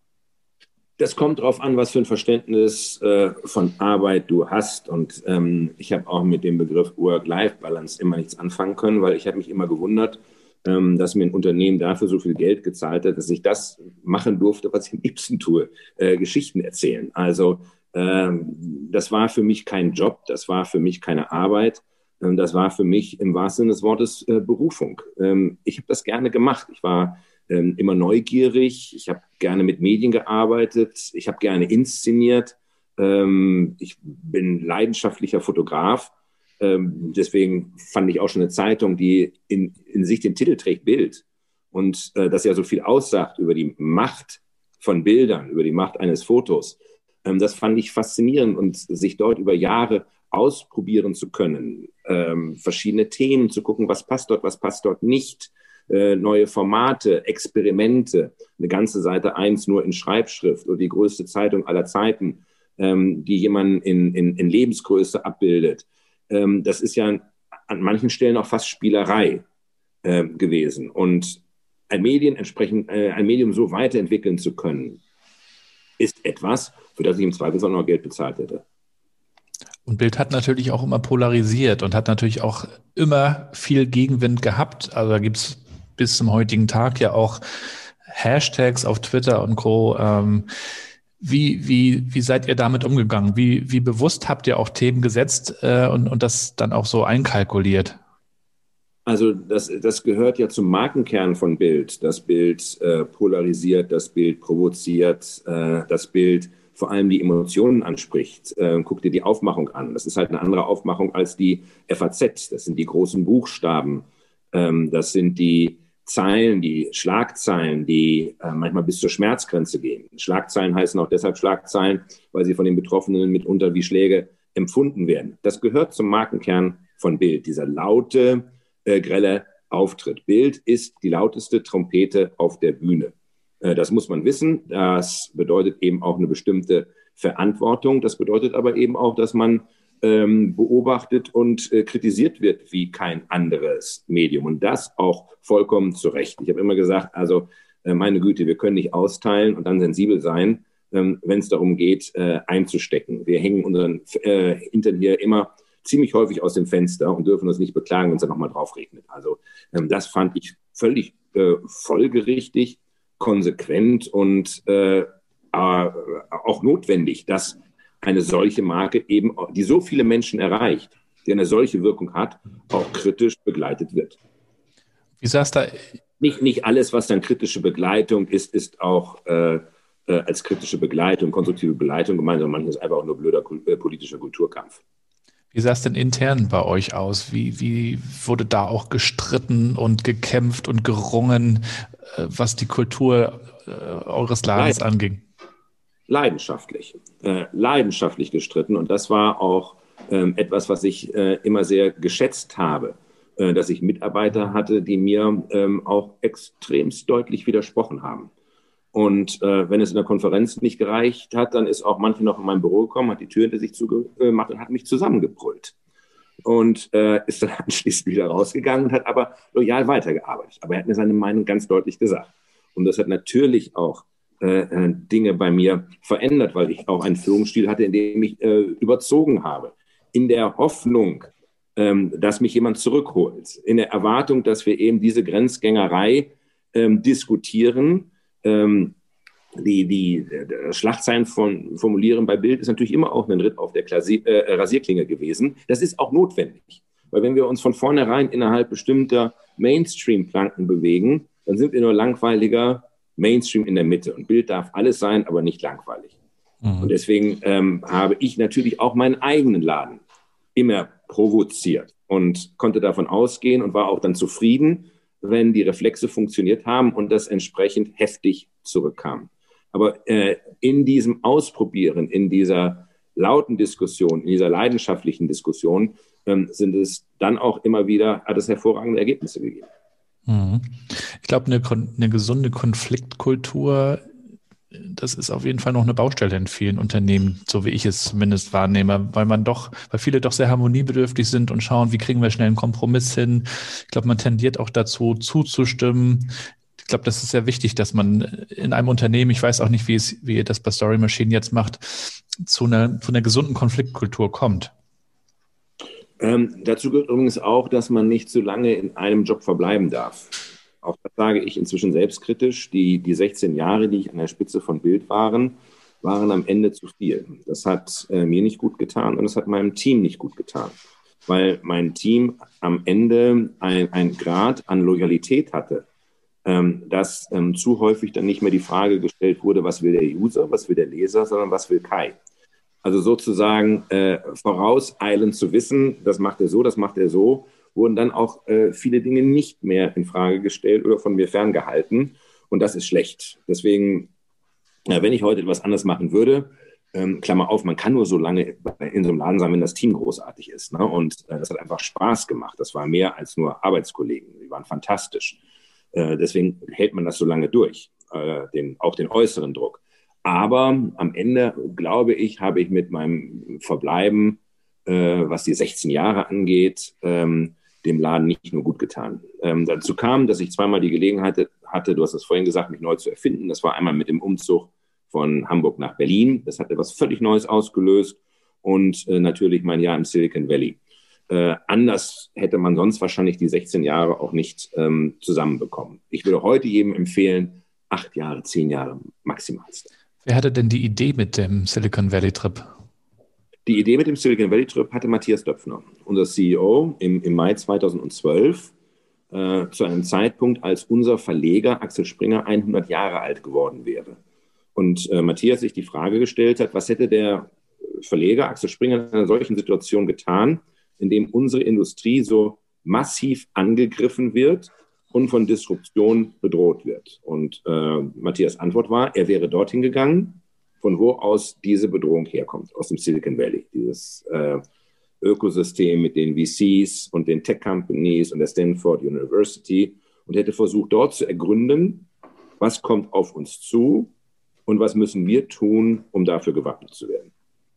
Das kommt drauf an, was für ein Verständnis äh, von Arbeit du hast. Und ähm, ich habe auch mit dem Begriff Work-Life-Balance immer nichts anfangen können, weil ich habe mich immer gewundert, dass mir ein Unternehmen dafür so viel Geld gezahlt hat, dass ich das machen durfte, was ich am liebsten tue, äh, Geschichten erzählen. Also ähm, das war für mich kein Job, das war für mich keine Arbeit, Ähm, das war für mich im wahrsten Sinne des Wortes äh, Berufung. Ähm, ich habe das gerne gemacht. Ich war ähm, immer neugierig. Ich habe gerne mit Medien gearbeitet. Ich habe gerne inszeniert. Ähm, ich bin leidenschaftlicher Fotograf. Ähm, deswegen fand ich auch schon eine Zeitung, die in, in sich den Titel trägt, Bild. Und äh, das ja so viel aussagt über die Macht von Bildern, über die Macht eines Fotos. Ähm, das fand ich faszinierend und sich dort über Jahre ausprobieren zu können, ähm, verschiedene Themen zu gucken, was passt dort, was passt dort nicht, äh, neue Formate, Experimente, eine ganze Seite eins nur in Schreibschrift oder die größte Zeitung aller Zeiten, ähm, die jemanden in, in, in Lebensgröße abbildet. Ähm, das ist ja an manchen Stellen auch fast Spielerei äh, gewesen. Und ein Medien entsprechend, äh, ein Medium so weiterentwickeln zu können, ist etwas, für das ich im Zweifelsfall noch Geld bezahlt hätte. Und Bild hat natürlich auch immer polarisiert und hat natürlich auch immer viel Gegenwind gehabt. Also da gibt es bis zum heutigen Tag ja auch Hashtags auf Twitter und Co. Ähm, wie, wie, wie seid ihr damit umgegangen? Wie, wie bewusst habt ihr auch Themen gesetzt äh, und, und das dann auch so einkalkuliert? Also das, das gehört ja zum Markenkern von Bild. Das Bild äh, polarisiert, das Bild provoziert, äh, das Bild vor allem die Emotionen anspricht. Äh, guck dir die Aufmachung an. Das ist halt eine andere Aufmachung als die F A Z. Das sind die großen Buchstaben. Ähm, das sind die Zeilen, die Schlagzeilen, die äh, manchmal bis zur Schmerzgrenze gehen. Schlagzeilen heißen auch deshalb Schlagzeilen, weil sie von den Betroffenen mitunter wie Schläge empfunden werden. Das gehört zum Markenkern von Bild. Dieser laute, äh, grelle Auftritt. Bild ist die lauteste Trompete auf der Bühne. Das muss man wissen. Das bedeutet eben auch eine bestimmte Verantwortung. Das bedeutet aber eben auch, dass man ähm, beobachtet und äh, kritisiert wird wie kein anderes Medium. Und das auch vollkommen zu Recht. Ich habe immer gesagt, also äh, meine Güte, wir können nicht austeilen und dann sensibel sein, ähm, wenn es darum geht, äh, einzustecken. Wir hängen unseren äh, Hintern hier immer ziemlich häufig aus dem Fenster und dürfen uns nicht beklagen, wenn es dann nochmal drauf regnet. Also ähm, das fand ich völlig äh, folgerichtig, konsequent und äh, äh, auch notwendig, dass eine solche Marke eben, die so viele Menschen erreicht, die eine solche Wirkung hat, auch kritisch begleitet wird. Wie sagst du? Nicht, nicht alles, was dann kritische Begleitung ist, ist auch äh, äh, als kritische Begleitung, konstruktive Begleitung gemeint, sondern manches ist einfach auch nur blöder äh, politischer Kulturkampf. Wie sah es denn intern bei euch aus? Wie, wie wurde da auch gestritten und gekämpft und gerungen, was die Kultur äh, eures Ladens Leid. anging? Leidenschaftlich, äh, leidenschaftlich gestritten. Und das war auch ähm, etwas, was ich äh, immer sehr geschätzt habe, äh, dass ich Mitarbeiter hatte, die mir ähm, auch extremst deutlich widersprochen haben. Und äh, wenn es in der Konferenz nicht gereicht hat, dann ist auch manche noch in mein Büro gekommen, hat die Tür hinter sich zugemacht und hat mich zusammengebrüllt. Und äh, ist dann anschließend wieder rausgegangen und hat aber loyal weitergearbeitet. Aber er hat mir seine Meinung ganz deutlich gesagt. Und das hat natürlich auch äh, Dinge bei mir verändert, weil ich auch einen Führungsstil hatte, in dem ich äh, überzogen habe. In der Hoffnung, ähm, dass mich jemand zurückholt. In der Erwartung, dass wir eben diese Grenzgängerei ähm, diskutieren. Ähm, die, die Schlagzeilen von formulieren bei Bild ist natürlich immer auch ein Ritt auf der Klasi- äh, Rasierklinge gewesen. Das ist auch notwendig, weil wenn wir uns von vornherein innerhalb bestimmter Mainstream-Planken bewegen, dann sind wir nur langweiliger Mainstream in der Mitte. Und Bild darf alles sein, aber nicht langweilig. Mhm. Und deswegen ähm, habe ich natürlich auch meinen eigenen Laden immer provoziert und konnte davon ausgehen und war auch dann zufrieden, wenn die Reflexe funktioniert haben und das entsprechend heftig zurückkam. Aber äh, in diesem Ausprobieren, in dieser lauten Diskussion, in dieser leidenschaftlichen Diskussion ähm, sind es dann auch immer wieder, hat es hervorragende Ergebnisse gegeben. Mhm. Ich glaube, eine, eine gesunde Konfliktkultur, das ist auf jeden Fall noch eine Baustelle in vielen Unternehmen, so wie ich es zumindest wahrnehme, weil man doch, weil viele doch sehr harmoniebedürftig sind und schauen, wie kriegen wir schnell einen Kompromiss hin. Ich glaube, man tendiert auch dazu, zuzustimmen. Ich glaube, das ist sehr wichtig, dass man in einem Unternehmen, ich weiß auch nicht, wie es, wie ihr das bei Story Machine jetzt macht, zu einer, zu einer gesunden Konfliktkultur kommt. Ähm, dazu gehört übrigens auch, dass man nicht zu lange in einem Job verbleiben darf. Auch das sage ich inzwischen selbstkritisch. Die, die sechzehn Jahre, die ich an der Spitze von Bild waren, waren am Ende zu viel. Das hat äh, mir nicht gut getan und das hat meinem Team nicht gut getan. weil mein Team am Ende ein, ein Grad an Loyalität hatte, ähm, dass ähm, zu häufig dann nicht mehr die Frage gestellt wurde, was will der User, was will der Leser, sondern was will Kai. Also sozusagen äh, vorauseilend zu wissen, das macht er so, das macht er so, wurden dann auch äh, viele Dinge nicht mehr in Frage gestellt oder von mir ferngehalten. Und das ist schlecht. Deswegen, ja, wenn ich heute etwas anders machen würde, ähm, Klammer auf, man kann nur so lange in so einem Laden sein, wenn das Team großartig ist. Ne? Und äh, das hat einfach Spaß gemacht. Das war mehr als nur Arbeitskollegen. Die waren fantastisch. Äh, deswegen hält man das so lange durch, äh, den, auch den äußeren Druck. Aber am Ende, glaube ich, habe ich mit meinem Verbleiben, äh, was die sechzehn Jahre angeht, ähm, dem Laden nicht nur gut getan. Ähm, dazu kam, dass ich zweimal die Gelegenheit hatte, du hast es vorhin gesagt, mich neu zu erfinden. Das war einmal mit dem Umzug von Hamburg nach Berlin. Das hat etwas völlig Neues ausgelöst. Und äh, natürlich mein Jahr im Silicon Valley. Äh, anders hätte man sonst wahrscheinlich die sechzehn Jahre auch nicht ähm, zusammenbekommen. Ich würde heute jedem empfehlen, acht Jahre, zehn Jahre maximalst. Wer hatte denn die Idee mit dem Silicon Valley Trip? Die Idee mit dem Silicon Valley Trip hatte Matthias Döpfner, unser C E O, im, im Mai zweitausendzwölf, äh, zu einem Zeitpunkt, als unser Verleger Axel Springer hundert Jahre alt geworden wäre. Und äh, Matthias sich die Frage gestellt hat, was hätte der Verleger Axel Springer in einer solchen Situation getan, in dem unsere Industrie so massiv angegriffen wird und von Disruption bedroht wird. Und äh, Matthias' Antwort war, er wäre dorthin gegangen, von wo aus diese Bedrohung herkommt, aus dem Silicon Valley. Dieses äh, Ökosystem mit den V Cs und den Tech-Companies und der Stanford University und hätte versucht, dort zu ergründen, was kommt auf uns zu und was müssen wir tun, um dafür gewappnet zu werden.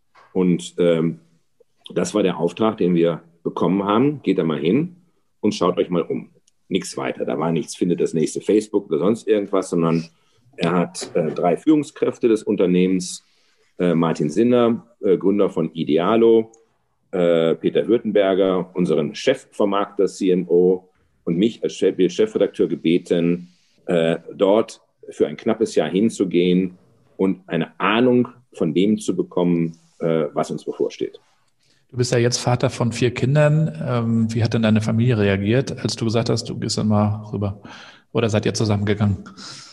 Und ähm, das war der Auftrag, den wir bekommen haben. Geht da mal hin und schaut euch mal um. Nichts weiter. Da war nichts, findet das nächste Facebook oder sonst irgendwas, sondern er hat äh, drei Führungskräfte des Unternehmens, äh, Martin Sinner, äh, Gründer von Idealo, äh, Peter Württemberger, unseren Chefvermarkter, C M O, und mich als Chef, Chefredakteur gebeten, äh, dort für ein knappes Jahr hinzugehen und eine Ahnung von dem zu bekommen, äh, was uns bevorsteht. Du bist ja jetzt Vater von vier Kindern. Ähm, wie hat denn deine Familie reagiert, als du gesagt hast, du gehst dann mal rüber? Oder seid ihr zusammengegangen?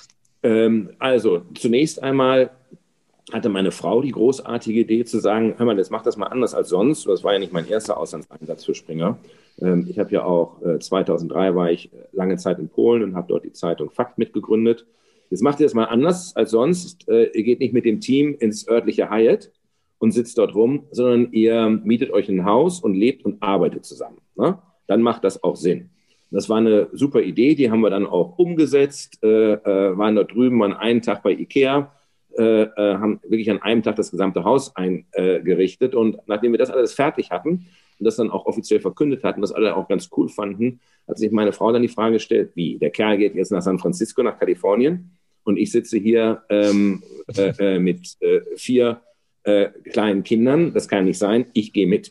Ähm, also zunächst einmal hatte meine Frau die großartige Idee zu sagen, hör mal, jetzt mach das mal anders als sonst. Das war ja nicht mein erster Auslandseinsatz für Springer. Ähm, ich habe ja auch, äh, zweitausenddrei war ich lange Zeit in Polen und habe dort die Zeitung Fakt mitgegründet. Jetzt macht ihr das mal anders als sonst. Äh, ihr geht nicht mit dem Team ins örtliche Hyatt und sitzt dort rum, sondern ihr mietet euch ein Haus und lebt und arbeitet zusammen. Ne? Dann macht das auch Sinn. Das war eine super Idee, die haben wir dann auch umgesetzt, äh, äh, waren dort drüben an einem Tag bei Ikea, äh, äh, haben wirklich an einem Tag das gesamte Haus eingerichtet und nachdem wir das alles fertig hatten und das dann auch offiziell verkündet hatten, das alle auch ganz cool fanden, hat sich meine Frau dann die Frage gestellt, wie, der Kerl geht jetzt nach San Francisco, nach Kalifornien und ich sitze hier ähm, äh, äh, mit äh, vier äh, kleinen Kindern, das kann nicht sein, ich gehe mit.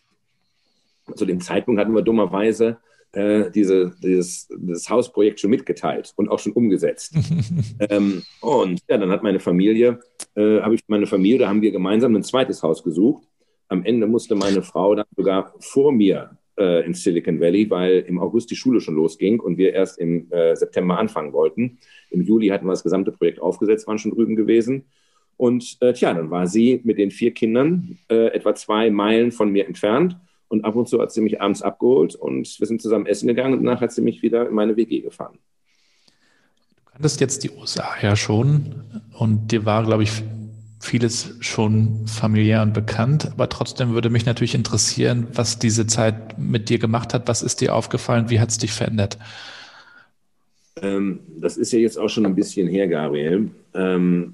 Zu dem Zeitpunkt hatten wir dummerweise äh, diese, dieses, das Hausprojekt schon mitgeteilt und auch schon umgesetzt. ähm, und ja, dann hat meine Familie, äh, habe ich meine Familie, da haben wir gemeinsam ein zweites Haus gesucht. Am Ende musste meine Frau dann sogar vor mir äh, ins Silicon Valley, weil im August die Schule schon losging und wir erst im äh, September anfangen wollten. Im Juli hatten wir das gesamte Projekt aufgesetzt, waren schon drüben gewesen. Und äh, tja, dann war sie mit den vier Kindern äh, etwa zwei Meilen von mir entfernt. Und ab und zu hat sie mich abends abgeholt und wir sind zusammen essen gegangen und danach hat sie mich wieder in meine W G gefahren. Du kanntest jetzt die U S A ja schon und dir war, glaube ich, vieles schon familiär und bekannt. Aber trotzdem würde mich natürlich interessieren, was diese Zeit mit dir gemacht hat. Was ist dir aufgefallen? Wie hat es dich verändert? Ähm, das ist ja jetzt auch schon ein bisschen her, Gabriel. Ähm,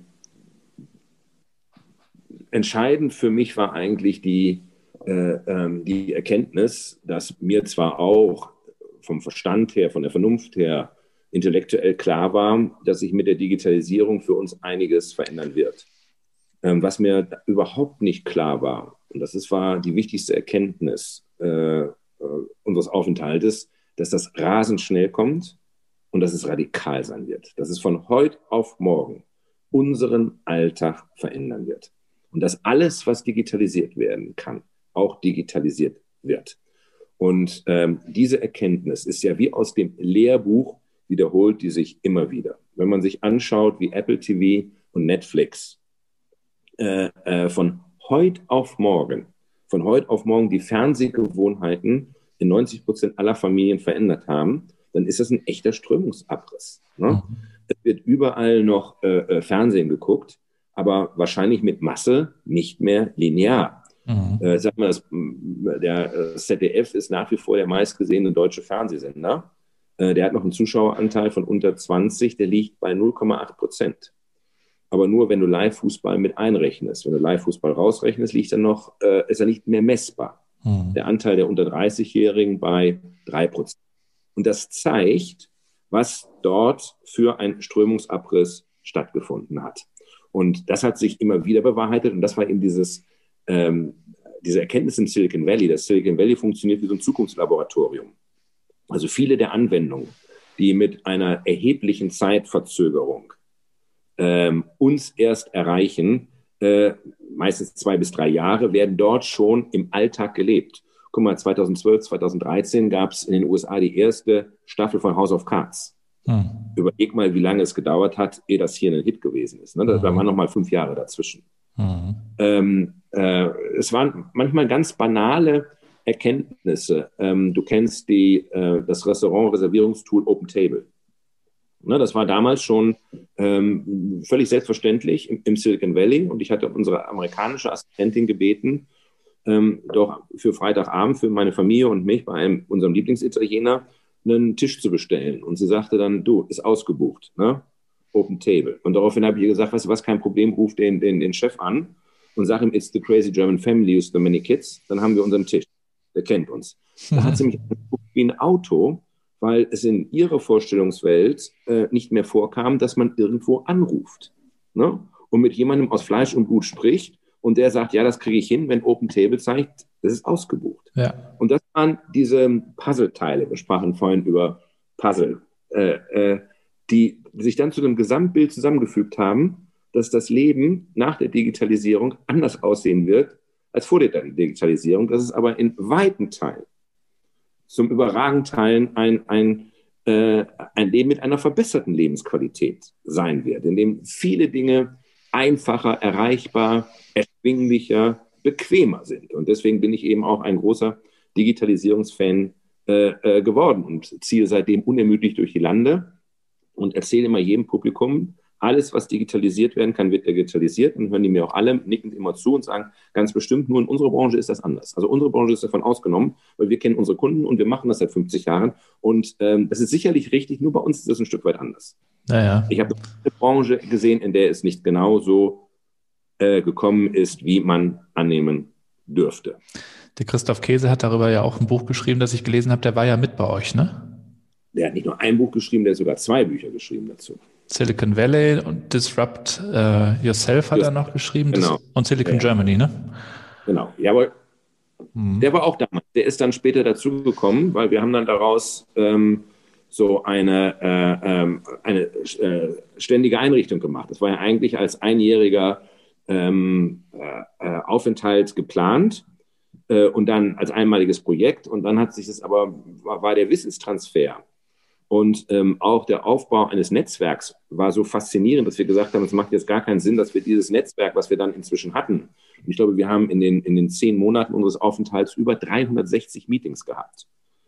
entscheidend für mich war eigentlich die Äh, ähm, die Erkenntnis, dass mir zwar auch vom Verstand her, von der Vernunft her intellektuell klar war, dass sich mit der Digitalisierung für uns einiges verändern wird. Ähm, was mir überhaupt nicht klar war, und das ist, war die wichtigste Erkenntnis äh, äh, unseres Aufenthaltes, dass das rasend schnell kommt und dass es radikal sein wird. Dass es von heute auf morgen unseren Alltag verändern wird. Und dass alles, was digitalisiert werden kann, auch digitalisiert wird. Und ähm, diese Erkenntnis ist ja wie aus dem Lehrbuch, wiederholt die sich immer wieder. Wenn man sich anschaut, wie Apple T V und Netflix äh, äh, von heute auf morgen, von heute auf morgen die Fernsehgewohnheiten in neunzig Prozent aller Familien verändert haben, dann ist das ein echter Strömungsabriss. Ne? Mhm. Es wird überall noch äh, Fernsehen geguckt, aber wahrscheinlich mit Masse, nicht mehr linear. Mhm. Äh, sag mal, das, der Z D F ist nach wie vor der meistgesehene deutsche Fernsehsender. Äh, der hat noch einen Zuschaueranteil von unter zwanzig, der liegt bei null Komma acht Prozent. Aber nur, wenn du Live-Fußball mit einrechnest. Wenn du Live-Fußball rausrechnest, liegt er noch, äh, ist er nicht mehr messbar. Mhm. Der Anteil der unter dreißig-Jährigen bei drei Prozent. Und das zeigt, was dort für ein Strömungsabriss stattgefunden hat. Und das hat sich immer wieder bewahrheitet. Und das war eben dieses, ähm, diese Erkenntnis im Silicon Valley. Das Silicon Valley funktioniert wie so ein Zukunftslaboratorium. Also viele der Anwendungen, die mit einer erheblichen Zeitverzögerung ähm, uns erst erreichen, äh, meistens zwei bis drei Jahre, werden dort schon im Alltag gelebt. Guck mal, zweitausendzwölf, zweitausenddreizehn gab es in den U S A die erste Staffel von House of Cards. Hm. Überleg mal, wie lange es gedauert hat, ehe das hier ein Hit gewesen ist. Ne? Da hm. waren noch mal fünf Jahre dazwischen. Hm. Ähm, äh, es waren manchmal ganz banale Erkenntnisse. Ähm, du kennst die, äh, das Restaurant-Reservierungstool Open Table. Ne, das war damals schon ähm, völlig selbstverständlich im, im Silicon Valley. Und ich hatte unsere amerikanische Assistentin gebeten, ähm, doch für Freitagabend für meine Familie und mich bei einem, unserem Lieblingsitaliener einen Tisch zu bestellen. Und sie sagte dann, du, ist ausgebucht, ne? Open Table. Und daraufhin habe ich ihr gesagt, weißt du was, kein Problem, ruf den, den, den Chef an und sag ihm, it's the crazy German family with the many kids. Dann haben wir unseren Tisch. Der kennt uns. Da hat sie mich angeguckt wie ein Auto, weil es in ihrer Vorstellungswelt äh, nicht mehr vorkam, dass man irgendwo anruft, ne? Und mit jemandem aus Fleisch und Blut spricht und der sagt, ja, das kriege ich hin, wenn Open Table zeigt, das ist ausgebucht. Ja. Und das waren diese Puzzleteile, wir sprachen vorhin über Puzzle, äh, äh, die sich dann zu einem Gesamtbild zusammengefügt haben, dass das Leben nach der Digitalisierung anders aussehen wird als vor der Digitalisierung. Das ist aber in weiten Teilen, zum überragenden Teilen ein, ein, äh, ein Leben mit einer verbesserten Lebensqualität sein wird, in dem viele Dinge einfacher, erreichbar, erschwinglicher, bequemer sind. Und deswegen bin ich eben auch ein großer Digitalisierungsfan äh, äh, geworden und ziehe seitdem unermüdlich durch die Lande und erzähle immer jedem Publikum, alles, was digitalisiert werden kann, wird digitalisiert. Und hören die mir auch alle nickend immer zu und sagen, ganz bestimmt, nur in unserer Branche ist das anders. Also unsere Branche ist davon ausgenommen, weil wir kennen unsere Kunden und wir machen das seit fünfzig Jahren. Und ähm, das ist sicherlich richtig, nur bei uns ist das ein Stück weit anders. Naja. Ich habe eine Branche gesehen, in der es nicht genau so äh, gekommen ist, wie man annehmen dürfte. Der Christoph Käse hat darüber ja auch ein Buch geschrieben, das ich gelesen habe. Der war ja mit bei euch, ne? Der hat nicht nur ein Buch geschrieben, der hat sogar zwei Bücher geschrieben dazu. Silicon Valley und Disrupt uh, Yourself hat Just, er noch geschrieben. Genau. Und Silicon ja. Germany, ne? Genau. Ja, aber hm. der war auch damals. Der ist dann später dazugekommen, weil wir haben dann daraus ähm, so eine, äh, ähm, eine äh, ständige Einrichtung gemacht. Das war ja eigentlich als einjähriger ähm, äh, Aufenthalt geplant äh, und dann als einmaliges Projekt. Und dann hat sich das aber, war, war der Wissenstransfer und ähm, auch der Aufbau eines Netzwerks war so faszinierend, dass wir gesagt haben, es macht jetzt gar keinen Sinn, dass wir dieses Netzwerk, was wir dann inzwischen hatten, und ich glaube, wir haben in den, in den zehn Monaten unseres Aufenthalts über dreihundertsechzig Meetings gehabt.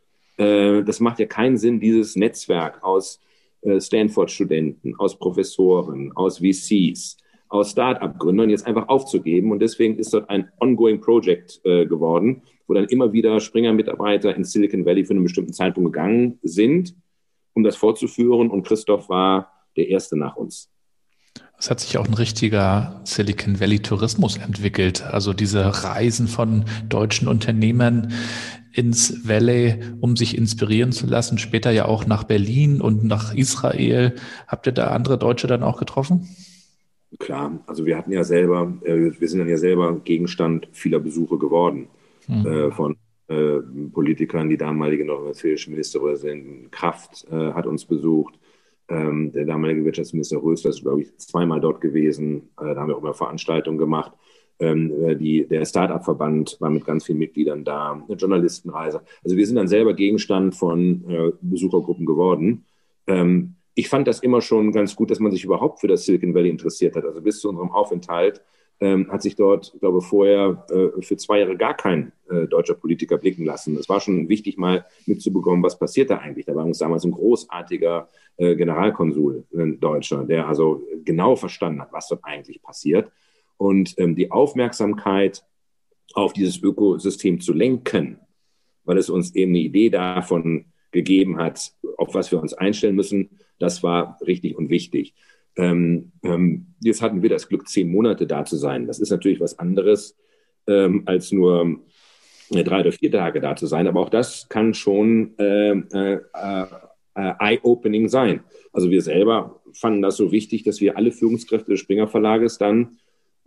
Äh, das macht ja keinen Sinn, dieses Netzwerk aus äh, Stanford-Studenten, aus Professoren, aus V Cs, aus Start-up-Gründern jetzt einfach aufzugeben. Und deswegen ist dort ein ongoing Project äh, geworden, wo dann immer wieder Springer-Mitarbeiter in Silicon Valley für einen bestimmten Zeitpunkt gegangen sind, um das fortzuführen. Und Christoph war der Erste nach uns. Es hat sich auch ein richtiger Silicon Valley Tourismus entwickelt. Also diese Reisen von deutschen Unternehmern ins Valley, um sich inspirieren zu lassen. Später ja auch nach Berlin und nach Israel. Habt ihr da andere Deutsche dann auch getroffen? Klar, also wir hatten ja selber, äh, wir sind dann ja selber Gegenstand vieler Besuche geworden hm. äh, von äh, Politikern. Die damalige nordrhein-westfälische Ministerpräsidentin Kraft äh, hat uns besucht. Ähm, der damalige Wirtschaftsminister Rösler ist, glaube ich, zweimal dort gewesen. Äh, da haben wir auch immer Veranstaltungen gemacht. Ähm, die, der Start-up-Verband war mit ganz vielen Mitgliedern da, eine Journalistenreise. Also wir sind dann selber Gegenstand von äh, Besuchergruppen geworden. Ähm, ich fand das immer schon ganz gut, dass man sich überhaupt für das Silicon Valley interessiert hat. Also bis zu unserem Aufenthalt ähm, hat sich dort, ich glaube, vorher äh, für zwei Jahre gar kein äh, deutscher Politiker blicken lassen. Es war schon wichtig, mal mitzubekommen, was passiert da eigentlich. Da war uns damals ein großartiger äh, Generalkonsul, ein Deutscher, der also genau verstanden hat, was dort eigentlich passiert. Und ähm, die Aufmerksamkeit auf dieses Ökosystem zu lenken, weil es uns eben eine Idee davon gegeben hat, auf was wir uns einstellen müssen, das war richtig und wichtig. Ähm, ähm, jetzt hatten wir das Glück, zehn Monate da zu sein. Das ist natürlich was anderes, ähm, als nur äh, drei oder vier Tage da zu sein. Aber auch das kann schon äh, äh, äh, eye-opening sein. Also wir selber fanden das so wichtig, dass wir alle Führungskräfte des Springer Verlages dann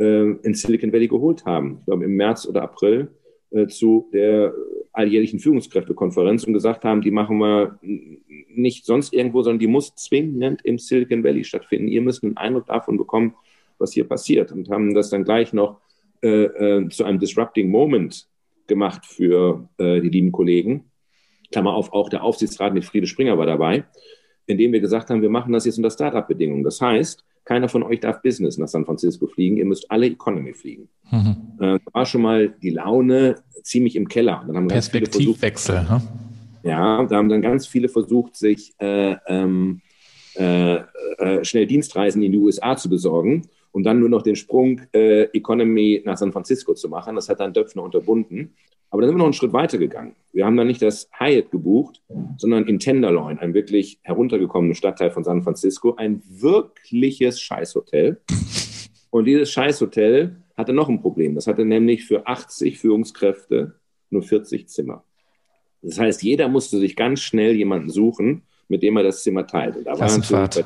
in Silicon Valley geholt haben. Ich glaube, im März oder April äh, zu der alljährlichen Führungskräftekonferenz und gesagt haben, die machen wir nicht sonst irgendwo, sondern die muss zwingend im Silicon Valley stattfinden. Ihr müsst einen Eindruck davon bekommen, was hier passiert, und haben das dann gleich noch äh, äh, zu einem Disrupting Moment gemacht für äh, die lieben Kollegen. Klammer auf, auch der Aufsichtsrat mit Friede Springer war dabei, indem wir gesagt haben, wir machen das jetzt unter Startup-Bedingungen. Das heißt, keiner von euch darf Business nach San Francisco fliegen. Ihr müsst alle Economy fliegen. Mhm. Äh, da war schon mal die Laune ziemlich im Keller. Dann haben Perspektivwechsel. Versucht, ne? Ja, da haben dann ganz viele versucht, sich äh, ähm, äh, äh, schnell Dienstreisen in die U S A zu besorgen und dann nur noch den Sprung äh, Economy nach San Francisco zu machen. Das hat dann Döpfner unterbunden. Aber dann sind wir noch einen Schritt weiter gegangen. Wir haben dann nicht das Hyatt gebucht, sondern in Tenderloin, ein wirklich heruntergekommener Stadtteil von San Francisco, ein wirkliches Scheißhotel. Und dieses Scheißhotel hatte noch ein Problem. Das hatte nämlich für achtzig Führungskräfte nur vierzig Zimmer. Das heißt, jeder musste sich ganz schnell jemanden suchen, mit dem er das Zimmer teilt. Und da war natürlich,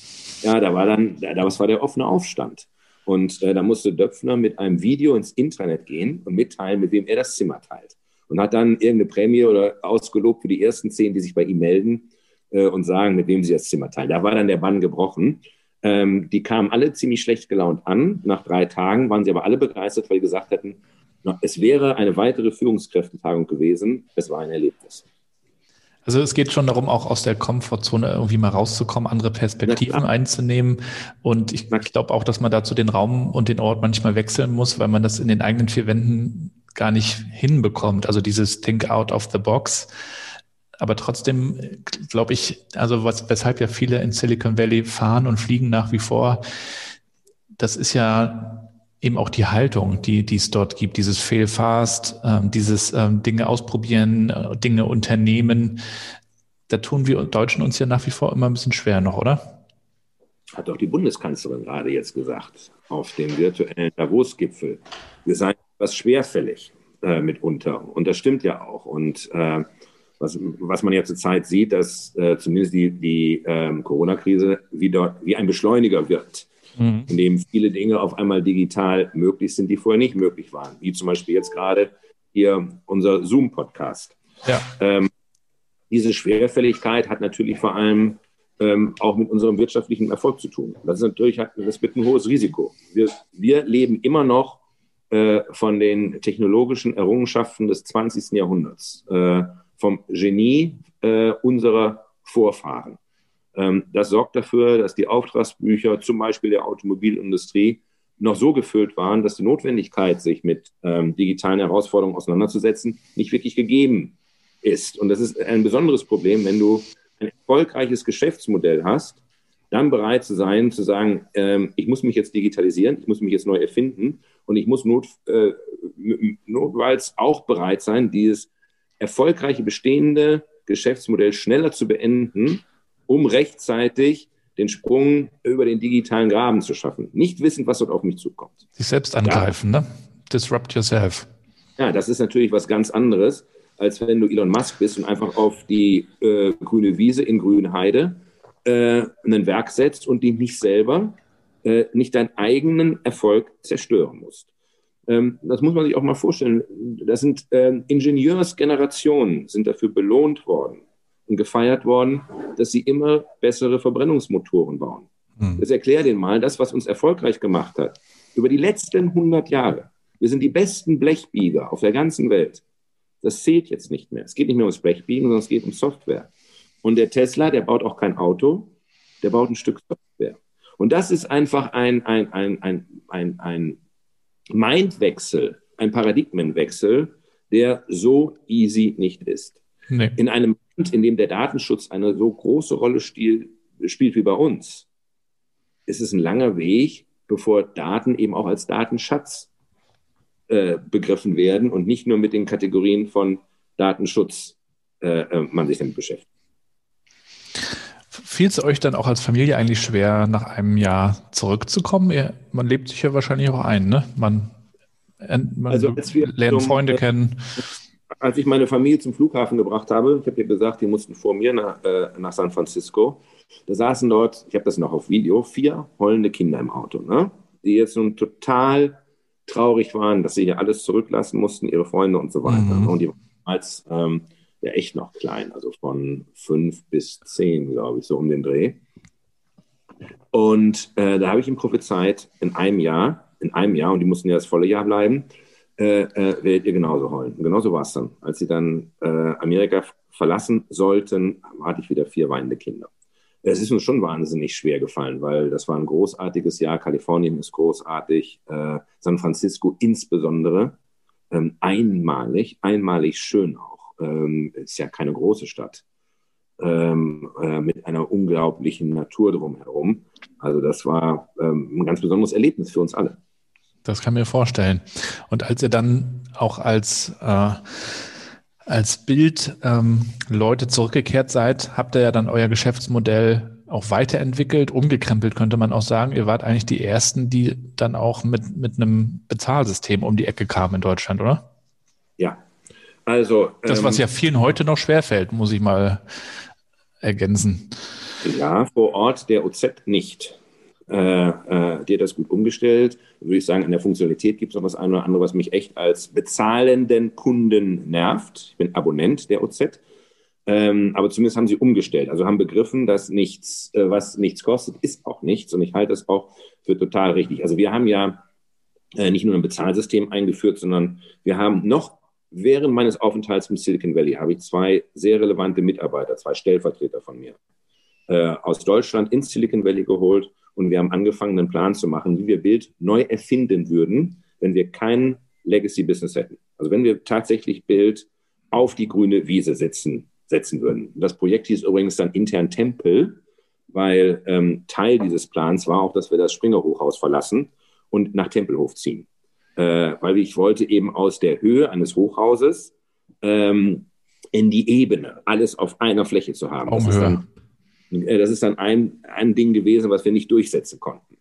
ja, da war dann, da, das war der offene Aufstand. Und äh, da musste Döpfner mit einem Video ins Intranet gehen und mitteilen, mit wem er das Zimmer teilt. Und hat dann irgendeine Prämie oder ausgelobt für die ersten zehn, die sich bei ihm melden äh, und sagen, mit wem sie das Zimmer teilen. Da war dann der Bann gebrochen. Ähm, die kamen alle ziemlich schlecht gelaunt an. Nach drei Tagen waren sie aber alle begeistert, weil sie gesagt hätten, na, es wäre eine weitere Führungskräftetagung gewesen. Es war ein Erlebnis. Also es geht schon darum, auch aus der Komfortzone irgendwie mal rauszukommen, andere Perspektiven einzunehmen. Und ich, ich glaube auch, dass man dazu den Raum und den Ort manchmal wechseln muss, weil man das in den eigenen vier Wänden gar nicht hinbekommt. Also dieses Think out of the box. Aber trotzdem glaube ich, also was, weshalb ja viele in Silicon Valley fahren und fliegen nach wie vor, das ist ja eben auch die Haltung, die, die es dort gibt, dieses Fail fast, ähm, dieses ähm, Dinge ausprobieren, äh, Dinge unternehmen. Da tun wir Deutschen uns ja nach wie vor immer ein bisschen schwer noch, oder? Hat doch die Bundeskanzlerin gerade jetzt gesagt, auf dem virtuellen Davos-Gipfel. Wir seien etwas schwerfällig äh, mitunter. Und das stimmt ja auch. Und äh, was, was man ja zurzeit sieht, dass äh, zumindest die, die äh, Corona-Krise wieder wie ein Beschleuniger wird, mhm. in dem viele Dinge auf einmal digital möglich sind, die vorher nicht möglich waren. Wie zum Beispiel jetzt gerade hier unser Zoom-Podcast. Ja. Ähm, diese Schwerfälligkeit hat natürlich vor allem ähm, auch mit unserem wirtschaftlichen Erfolg zu tun. Das ist natürlich das mit ein hohes Risiko. Wir, wir leben immer noch äh, von den technologischen Errungenschaften des zwanzigsten Jahrhunderts, äh, vom Genie äh, unserer Vorfahren. Ähm, das sorgt dafür, dass die Auftragsbücher zum Beispiel der Automobilindustrie noch so gefüllt waren, dass die Notwendigkeit, sich mit ähm, digitalen Herausforderungen auseinanderzusetzen, nicht wirklich gegeben ist. Und das ist ein besonderes Problem, wenn du ein erfolgreiches Geschäftsmodell hast, dann bereit zu sein, zu sagen, ähm, ich muss mich jetzt digitalisieren, ich muss mich jetzt neu erfinden und ich muss not, äh, notfalls auch bereit sein, dieses erfolgreiche bestehende Geschäftsmodell schneller zu beenden, um rechtzeitig den Sprung über den digitalen Graben zu schaffen. Nicht wissend, was dort auf mich zukommt. Sich selbst angreifen, ja. Ne? Disrupt yourself. Ja, das ist natürlich was ganz anderes, als wenn du Elon Musk bist und einfach auf die äh, grüne Wiese in Grünheide äh, ein Werk setzt und dich nicht selber, äh, nicht deinen eigenen Erfolg zerstören musst. Ähm, das muss man sich auch mal vorstellen. Das sind äh, Ingenieursgenerationen, sind dafür belohnt worden und gefeiert worden, dass sie immer bessere Verbrennungsmotoren bauen. Hm. Das erklärt denen mal, das, was uns erfolgreich gemacht hat, Über die letzten hundert Jahre. Wir sind die besten Blechbieger auf der ganzen Welt. Das zählt jetzt nicht mehr. Es geht nicht mehr ums Blechbiegen, sondern es geht um Software. Und der Tesla, der baut auch kein Auto, der baut ein Stück Software. Und das ist einfach ein, ein, ein, ein, ein, ein Mindwechsel, ein Paradigmenwechsel, der so easy nicht ist. Nee. In einem Land, in dem der Datenschutz eine so große Rolle spiel, spielt wie bei uns, ist es ein langer Weg, bevor Daten eben auch als Datenschatz äh, begriffen werden und nicht nur mit den Kategorien von Datenschutz äh, man sich damit beschäftigt. Fiel es euch dann auch als Familie eigentlich schwer, nach einem Jahr zurückzukommen? Ihr, man lebt sich ja wahrscheinlich auch ein, ne? Man, man also lernt Freunde äh, kennen. Als ich meine Familie zum Flughafen gebracht habe, ich habe dir gesagt, die mussten vor mir nach, äh, nach San Francisco, da saßen dort, ich habe das noch auf Video, vier heulende Kinder im Auto, ne? Die jetzt nun total traurig waren, dass sie hier alles zurücklassen mussten, ihre Freunde und so weiter. Mhm. Und die waren als ähm, ja echt noch klein, also von fünf bis zehn, glaube ich, so um den Dreh. Und äh, da habe ich ihm prophezeit, in einem Jahr, in einem Jahr, und die mussten ja das volle Jahr bleiben, äh, äh, werdet ihr genauso heulen. Und genauso war es dann. Als sie dann äh, Amerika verlassen sollten, hatte ich wieder vier weinende Kinder. Es ist uns schon wahnsinnig schwer gefallen, weil das war ein großartiges Jahr. Kalifornien ist großartig, äh, San Francisco insbesondere, ähm, einmalig, einmalig schön auch. Ähm, ist ja keine große Stadt, ähm, äh, mit einer unglaublichen Natur drumherum. Also das war ähm, ein ganz besonderes Erlebnis für uns alle. Das kann ich mir vorstellen. Und als ihr dann auch als, äh, als Bild ähm, Leute zurückgekehrt seid, habt ihr ja dann euer Geschäftsmodell auch weiterentwickelt, umgekrempelt, könnte man auch sagen. Ihr wart eigentlich die Ersten, die dann auch mit, mit einem Bezahlsystem um die Ecke kamen in Deutschland, oder? Ja. Also, das, was ja vielen heute noch schwerfällt, muss ich mal ergänzen. Ja, vor Ort der O Z nicht. Äh, äh, die hat das gut umgestellt. Würde ich sagen, an der Funktionalität gibt es noch das eine oder andere, was mich echt als bezahlenden Kunden nervt. Ich bin Abonnent der O Z. Ähm, aber zumindest haben sie umgestellt. Also haben begriffen, dass nichts, äh, was nichts kostet, ist auch nichts. Und ich halte das auch für total richtig. Also wir haben ja äh, nicht nur ein Bezahlsystem eingeführt, sondern wir haben noch während meines Aufenthalts im Silicon Valley habe ich zwei sehr relevante Mitarbeiter, zwei Stellvertreter von mir, äh, aus Deutschland ins Silicon Valley geholt und wir haben angefangen, einen Plan zu machen, wie wir Bild neu erfinden würden, wenn wir kein Legacy-Business hätten. Also wenn wir tatsächlich Bild auf die grüne Wiese setzen, setzen würden. Das Projekt hieß übrigens dann intern Tempel, weil ähm, Teil dieses Plans war auch, dass wir das Springer-Hochhaus verlassen und nach Tempelhof ziehen. Äh, weil ich wollte eben aus der Höhe eines Hochhauses ähm, in die Ebene, alles auf einer Fläche zu haben. Das ist dann, äh, das ist dann ein, ein Ding gewesen, was wir nicht durchsetzen konnten.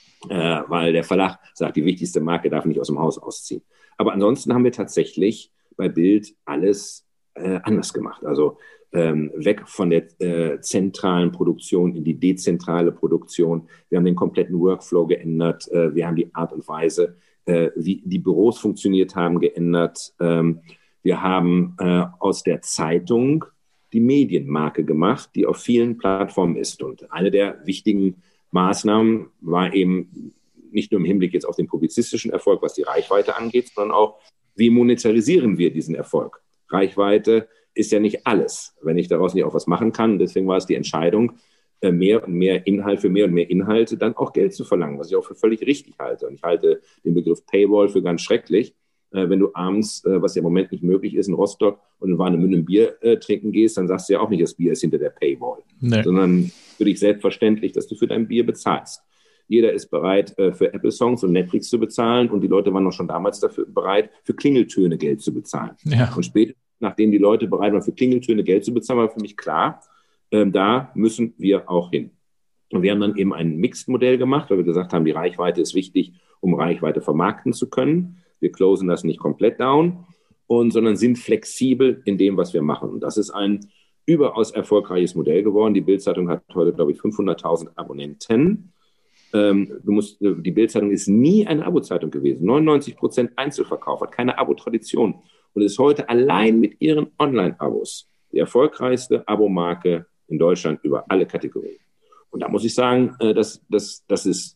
Äh, weil der Verlag sagt, die wichtigste Marke darf nicht aus dem Haus ausziehen. Aber ansonsten haben wir tatsächlich bei Bild alles äh, anders gemacht. Also ähm, weg von der äh, zentralen Produktion in die dezentrale Produktion. Wir haben den kompletten Workflow geändert. Äh, wir haben die Art und Weise, wie die Büros funktioniert haben, geändert. Wir haben aus der Zeitung die Medienmarke gemacht, die auf vielen Plattformen ist. Und eine der wichtigen Maßnahmen war eben nicht nur im Hinblick jetzt auf den publizistischen Erfolg, was die Reichweite angeht, sondern auch, wie monetarisieren wir diesen Erfolg? Reichweite ist ja nicht alles, wenn ich daraus nicht auch was machen kann. Deswegen war es die Entscheidung, mehr und mehr Inhalt für mehr und mehr Inhalte dann auch Geld zu verlangen, was ich auch für völlig richtig halte. Und ich halte den Begriff Paywall für ganz schrecklich. Äh, wenn du abends, äh, was ja im Moment nicht möglich ist, in Rostock und in Warnemünde ein Bier äh, trinken gehst, dann sagst du ja auch nicht, das Bier ist hinter der Paywall. Nee. Sondern für dich selbstverständlich, dass du für dein Bier bezahlst. Jeder ist bereit, äh, für Apple Songs und Netflix zu bezahlen und die Leute waren auch schon damals dafür bereit, für Klingeltöne Geld zu bezahlen. Ja. Und später, nachdem die Leute bereit waren, für Klingeltöne Geld zu bezahlen, war für mich klar, Ähm, da müssen wir auch hin. Und wir haben dann eben ein Mixed-Modell gemacht, weil wir gesagt haben, die Reichweite ist wichtig, um Reichweite vermarkten zu können. Wir closen das nicht komplett down, und, sondern sind flexibel in dem, was wir machen. Und das ist ein überaus erfolgreiches Modell geworden. Die Bild-Zeitung hat heute, glaube ich, fünfhunderttausend Abonnenten. Ähm, du musst, die Bild-Zeitung ist nie eine Abo-Zeitung gewesen. neunundneunzig Prozent Einzelverkauf, hat keine Abo-Tradition und ist heute allein mit ihren Online-Abos die erfolgreichste Abo-Marke in Deutschland über alle Kategorien. Und da muss ich sagen, das, das, das ist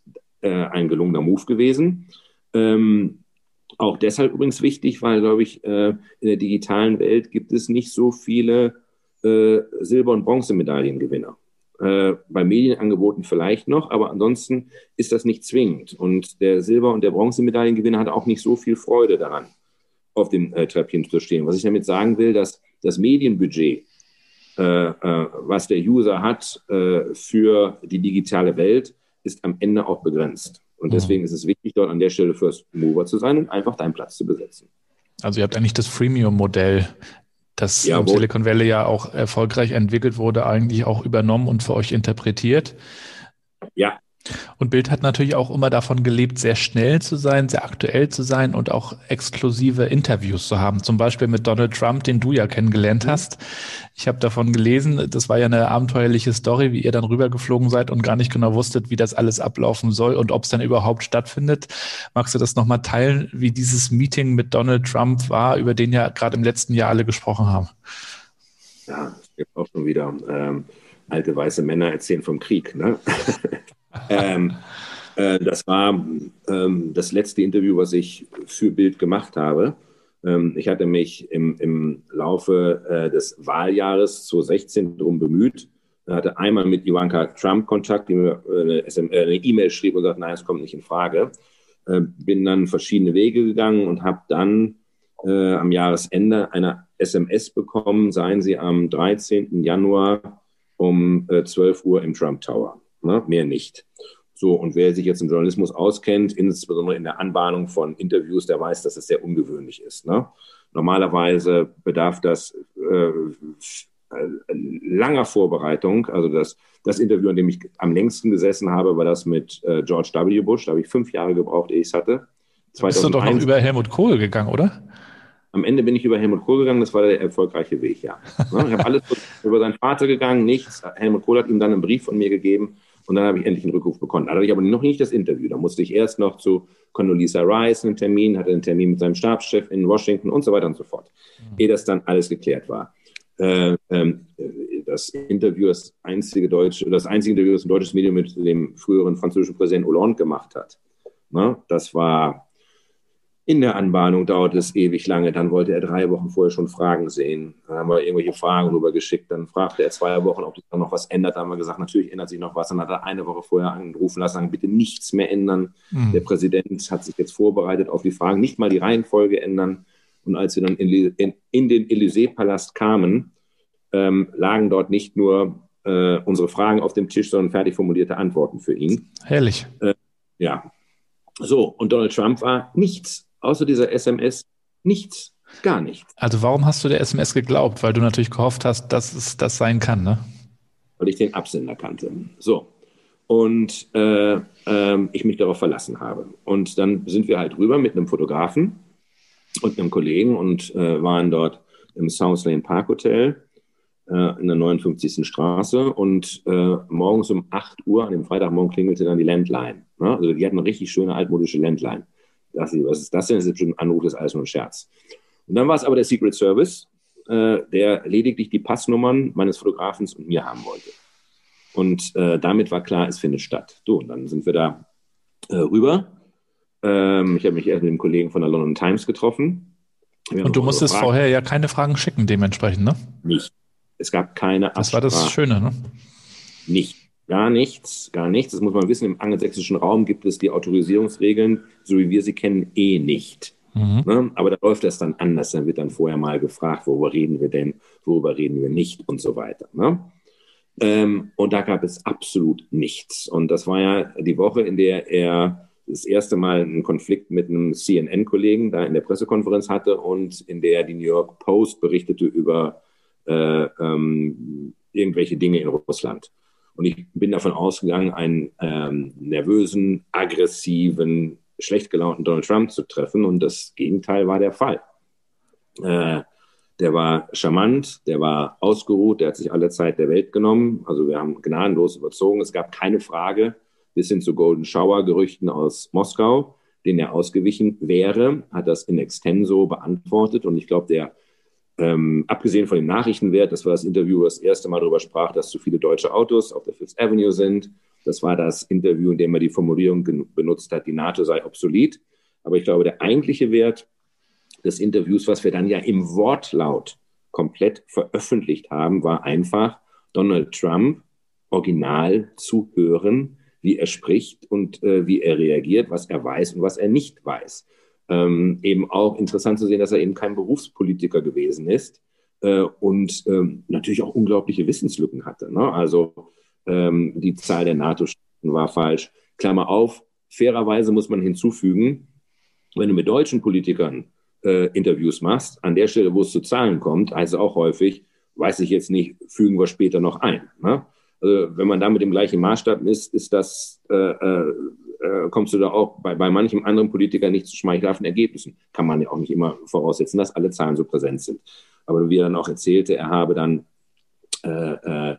äh, ein gelungener Move gewesen. Ähm, auch deshalb übrigens wichtig, weil, glaube ich, äh, in der digitalen Welt gibt es nicht so viele äh, Silber- und Bronzemedaillengewinner. Äh, bei Medienangeboten vielleicht noch, aber ansonsten ist das nicht zwingend. Und der Silber- und der Bronzemedaillengewinner hat auch nicht so viel Freude daran, auf dem äh, Treppchen zu stehen. Was ich damit sagen will, dass das Medienbudget, äh, äh, was der User hat äh, für die digitale Welt, ist am Ende auch begrenzt. Und deswegen ist es wichtig, dort an der Stelle First Mover zu sein und einfach deinen Platz zu besetzen. Also ihr habt eigentlich das Freemium-Modell, das im Jawohl. Silicon Valley ja auch erfolgreich entwickelt wurde, eigentlich auch übernommen und für euch interpretiert. Ja. Und Bild hat natürlich auch immer davon gelebt, sehr schnell zu sein, sehr aktuell zu sein und auch exklusive Interviews zu haben. Zum Beispiel mit Donald Trump, den du ja kennengelernt hast. Ich habe davon gelesen, das war ja eine abenteuerliche Story, wie ihr dann rübergeflogen seid und gar nicht genau wusstet, wie das alles ablaufen soll und ob es dann überhaupt stattfindet. Magst du das nochmal teilen, wie dieses Meeting mit Donald Trump war, über den ja gerade im letzten Jahr alle gesprochen haben? Ja, es gibt auch schon wieder ähm, alte weiße Männer erzählen vom Krieg, ne? ähm, äh, das war ähm, das letzte Interview, was ich für Bild gemacht habe. Ähm, ich hatte mich im, im Laufe äh, des Wahljahres zweitausendsechzehn darum bemüht. Ich hatte einmal mit Ivanka Trump Kontakt, die mir eine, eine E-Mail schrieb und sagte, nein, es kommt nicht in Frage. Äh, bin dann verschiedene Wege gegangen und habe dann äh, am Jahresende eine S M S bekommen, seien Sie am dreizehnten Januar um äh, zwölf Uhr im Trump Tower. Ne, mehr nicht. So, und wer sich jetzt im Journalismus auskennt, insbesondere in der Anbahnung von Interviews, der weiß, dass es sehr ungewöhnlich ist. Ne? Normalerweise bedarf das äh, langer Vorbereitung. Also das, das Interview, an dem ich am längsten gesessen habe, war das mit äh, George W. Bush. Da habe ich fünf Jahre gebraucht, ehe ich es hatte. Da bist du doch noch über Helmut Kohl gegangen, oder? Am Ende bin ich über Helmut Kohl gegangen, das war der erfolgreiche Weg, ja. Ich habe alles über seinen Vater gegangen, nichts. Helmut Kohl hat ihm dann einen Brief von mir gegeben und dann habe ich endlich einen Rückruf bekommen. Da hatte ich aber noch nicht das Interview. Da musste ich erst noch zu Condoleezza Rice einen Termin, hatte einen Termin mit seinem Stabschef in Washington und so weiter und so fort, mhm. ehe das dann alles geklärt war. Äh, ähm, das Interview, das einzige deutsche, das einzige Interview, das ein deutsches Medium mit dem früheren französischen Präsidenten Hollande gemacht hat. Ne? Das war in der Anbahnung, dauerte es ewig lange. Dann wollte er drei Wochen vorher schon Fragen sehen. Dann haben wir irgendwelche Fragen rübergeschickt. Dann fragte er zwei Wochen, ob sich da noch was ändert. Dann haben wir gesagt, natürlich ändert sich noch was. Dann hat er eine Woche vorher angerufen lassen, sagen, bitte nichts mehr ändern. Mhm. Der Präsident hat sich jetzt vorbereitet auf die Fragen, nicht mal die Reihenfolge ändern. Und als wir dann in, in, in den Élysée-Palast kamen, ähm, lagen dort nicht nur äh, unsere Fragen auf dem Tisch, sondern fertig formulierte Antworten für ihn. Herrlich. Äh, ja. So, und Donald Trump war nichts. Außer dieser S M S nichts, gar nichts. Also warum hast du der S M S geglaubt? Weil du natürlich gehofft hast, dass es das sein kann, ne? Weil ich den Absender kannte. So. Und äh, äh, ich mich darauf verlassen habe. Und dann sind wir halt rüber mit einem Fotografen und einem Kollegen und äh, waren dort im South Lane Park Hotel äh, in der neunundfünfzigsten Straße. Und äh, morgens um acht Uhr, an dem Freitagmorgen, klingelte dann die Landline. Ne? Also die hatten eine richtig schöne altmodische Landline. Dachte ich, was ist das denn? Das ist bestimmt ein Anruf, das ist alles nur ein Scherz. Und dann war es aber der Secret Service, äh, der lediglich die Passnummern meines Fotografen und mir haben wollte. Und äh, damit war klar, es findet statt. So, und dann sind wir da äh, rüber. Ähm, ich habe mich erst mit dem Kollegen von der London Times getroffen. Und du musstest vorher ja keine Fragen schicken, dementsprechend, ne? Nicht. Es gab keine Das war das Schöne, ne? Nicht. Gar nichts, gar nichts. Das muss man wissen. Im angelsächsischen Raum gibt es die Autorisierungsregeln, so wie wir sie kennen, eh nicht. Mhm. Ne? Aber da läuft das dann anders. Dann wird dann vorher mal gefragt, worüber reden wir denn, worüber reden wir nicht und so weiter. Ne? Ähm, und da gab es absolut nichts. Und das war ja die Woche, in der er das erste Mal einen Konflikt mit einem C N N-Kollegen da in der Pressekonferenz hatte und in der die New York Post berichtete über äh, ähm, irgendwelche Dinge in Russland. Und ich bin davon ausgegangen, einen ähm, nervösen, aggressiven, schlecht gelaunten Donald Trump zu treffen. Und das Gegenteil war der Fall. Äh, der war charmant, der war ausgeruht, der hat sich alle Zeit der Welt genommen. Also wir haben gnadenlos überzogen. Es gab keine Frage bis hin zu Golden Shower-Gerüchten aus Moskau, denen er ausgewichen wäre, hat das in extenso beantwortet. Und ich glaube, der Ähm, abgesehen von dem Nachrichtenwert, das war das Interview, das erste Mal darüber sprach, dass zu viele deutsche Autos auf der Fifth Avenue sind. Das war das Interview, in dem er die Formulierung benutzt hat, die NATO sei obsolet. Aber ich glaube, der eigentliche Wert des Interviews, was wir dann ja im Wortlaut komplett veröffentlicht haben, war einfach Donald Trump original zu hören, wie er spricht und äh, wie er reagiert, was er weiß und was er nicht weiß. Ähm, eben auch interessant zu sehen, dass er eben kein Berufspolitiker gewesen ist äh, und ähm, natürlich auch unglaubliche Wissenslücken hatte. Ne? Also ähm, die Zahl der NATO-Staaten war falsch. Klammer auf, fairerweise muss man hinzufügen, wenn du mit deutschen Politikern äh, Interviews machst, an der Stelle, wo es zu Zahlen kommt, heißt es auch häufig, weiß ich jetzt nicht, fügen wir später noch ein. Ne? Also wenn man da mit dem gleichen Maßstab misst, ist das, äh, äh, kommst du da auch bei, bei manchem anderen Politiker nicht zu schmeichelhaften Ergebnissen. Kann man ja auch nicht immer voraussetzen, dass alle Zahlen so präsent sind. Aber wie er dann auch erzählte, er habe dann äh, äh,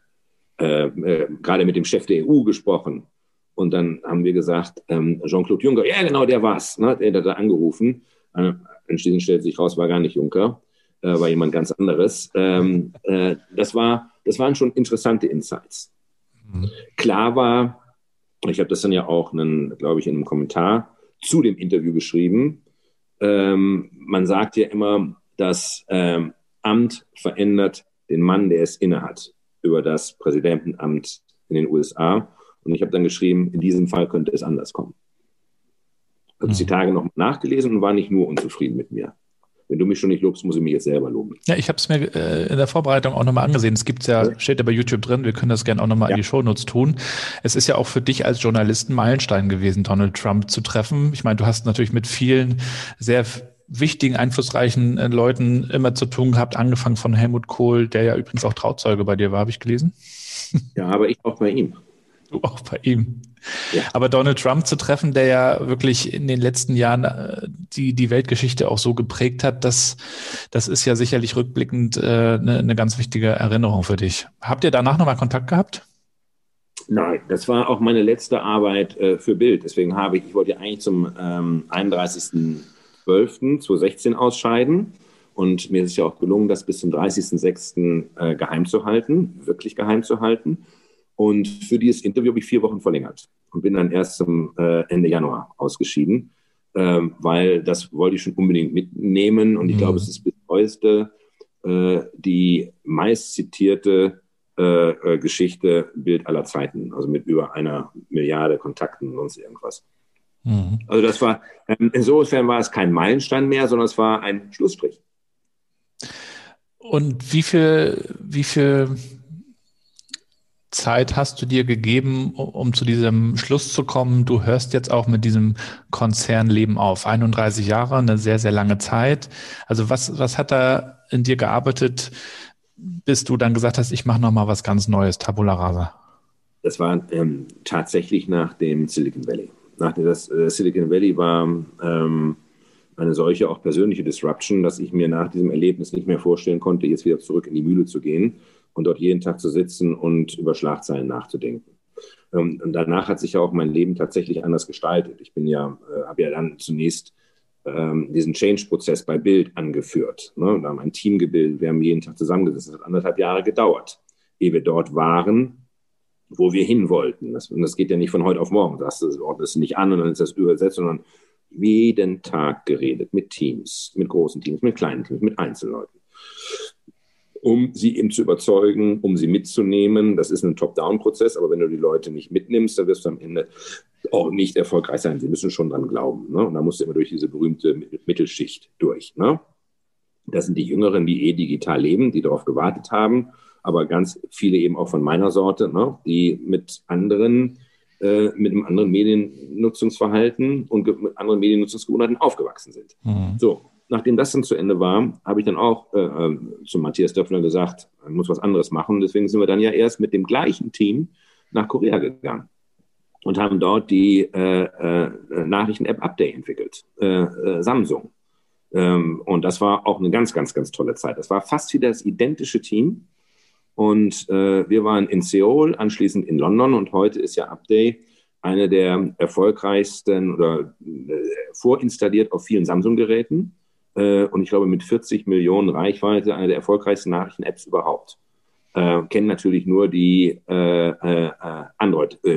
äh, gerade mit dem Chef der E U gesprochen. Und dann haben wir gesagt, ähm, Jean-Claude Juncker, ja genau, der war's. Ne? Der hat da angerufen. Äh, anschließend stellt sich raus, war gar nicht Juncker, äh, war jemand ganz anderes. Ähm, äh, das war, das waren schon interessante Insights. Mhm. Klar war, ich habe das dann ja auch, glaube ich, in einem Kommentar zu dem Interview geschrieben, ähm, man sagt ja immer, das ähm, Amt verändert den Mann, der es innehat, über das Präsidentenamt in den U S A. Und ich habe dann geschrieben, in diesem Fall könnte es anders kommen. Ich habe mhm. die Tage noch nachgelesen und war nicht nur unzufrieden mit mir. Wenn du mich schon nicht lobst, muss ich mich jetzt selber loben. Ja, ich habe es mir äh, in der Vorbereitung auch nochmal angesehen. Es gibt's ja, steht ja bei YouTube drin, wir können das gerne auch nochmal ja. in die Shownotes tun. Es ist ja auch für dich als Journalist ein Meilenstein gewesen, Donald Trump zu treffen. Ich meine, du hast natürlich mit vielen sehr wichtigen, einflussreichen äh, Leuten immer zu tun gehabt, angefangen von Helmut Kohl, der ja übrigens auch Trauzeuge bei dir war, habe ich gelesen. Ja, aber ich auch bei ihm. Du auch bei ihm. Ja. Aber Donald Trump zu treffen, der ja wirklich in den letzten Jahren äh, die, die Weltgeschichte auch so geprägt hat, das, das ist ja sicherlich rückblickend äh, eine, eine ganz wichtige Erinnerung für dich. Habt ihr danach nochmal Kontakt gehabt? Nein, das war auch meine letzte Arbeit äh, für Bild. Deswegen habe ich, ich wollte ja eigentlich zum ähm, einunddreißigsten zwölften zweitausendsechzehn ausscheiden. Und mir ist es ja auch gelungen, das bis zum dreißigsten sechsten äh, geheim zu halten, wirklich geheim zu halten. Und für dieses Interview habe ich vier Wochen verlängert und bin dann erst zum äh, Ende Januar ausgeschieden, ähm, weil das wollte ich schon unbedingt mitnehmen. Und ich mhm. glaube, es ist bis heute äh, die meist zitierte äh, äh, Geschichte Bild aller Zeiten, also mit über einer Milliarde Kontakten und sonst irgendwas. Mhm. Also das war, ähm, insofern war es kein Meilenstein mehr, sondern es war ein Schlussstrich. Und wie viel, wie viel Zeit hast du dir gegeben, um zu diesem Schluss zu kommen? Du hörst jetzt auch mit diesem Konzernleben auf. einunddreißig Jahre, eine sehr, sehr lange Zeit. Also was, was hat da in dir gearbeitet, bis du dann gesagt hast, ich mache nochmal was ganz Neues, Tabula Rasa? Das war ähm, tatsächlich nach dem Silicon Valley. Nach dem, das äh, Silicon Valley war ähm, eine solche auch persönliche Disruption, dass ich mir nach diesem Erlebnis nicht mehr vorstellen konnte, jetzt wieder zurück in die Mühle zu gehen und dort jeden Tag zu sitzen und über Schlagzeilen nachzudenken. Und danach hat sich ja auch mein Leben tatsächlich anders gestaltet. Ich bin ja, äh, habe ja dann zunächst ähm, diesen Change-Prozess bei Bild angeführt. Ne? Da haben wir ein Team gebildet, wir haben jeden Tag zusammengesessen. Das hat anderthalb Jahre gedauert, ehe wir dort waren, wo wir hin wollten. Das, und das geht ja nicht von heute auf morgen. Das, das ordnet es nicht an und dann ist das übersetzt, sondern jeden Tag geredet mit Teams, mit großen Teams, mit kleinen Teams, mit Einzelleuten, um sie eben zu überzeugen, um sie mitzunehmen. Das ist ein Top-Down-Prozess, aber wenn du die Leute nicht mitnimmst, dann wirst du am Ende auch nicht erfolgreich sein. Sie müssen schon dran glauben. Ne? Und da musst du immer durch diese berühmte Mittelschicht durch. Ne? Das sind die Jüngeren, die eh digital leben, die darauf gewartet haben, aber ganz viele eben auch von meiner Sorte, ne? Die mit anderen, äh, mit einem anderen Mediennutzungsverhalten und ge- mit anderen Mediennutzungsgewohnheiten aufgewachsen sind. Mhm. So. Nachdem das dann zu Ende war, habe ich dann auch äh, zu Matthias Döpfner gesagt, man muss was anderes machen. Deswegen sind wir dann ja erst mit dem gleichen Team nach Korea gegangen und haben dort die äh, äh, Nachrichten-App Update entwickelt, äh, äh, Samsung. Ähm, und das war auch eine ganz, ganz, ganz tolle Zeit. Das war fast wieder das identische Team. Und äh, wir waren in Seoul, anschließend in London. Und heute ist ja Update eine der erfolgreichsten oder äh, vorinstalliert auf vielen Samsung-Geräten. Und ich glaube, mit vierzig Millionen Reichweite eine der erfolgreichsten Nachrichten-Apps überhaupt. Äh, kennen natürlich nur die äh, äh, Android-User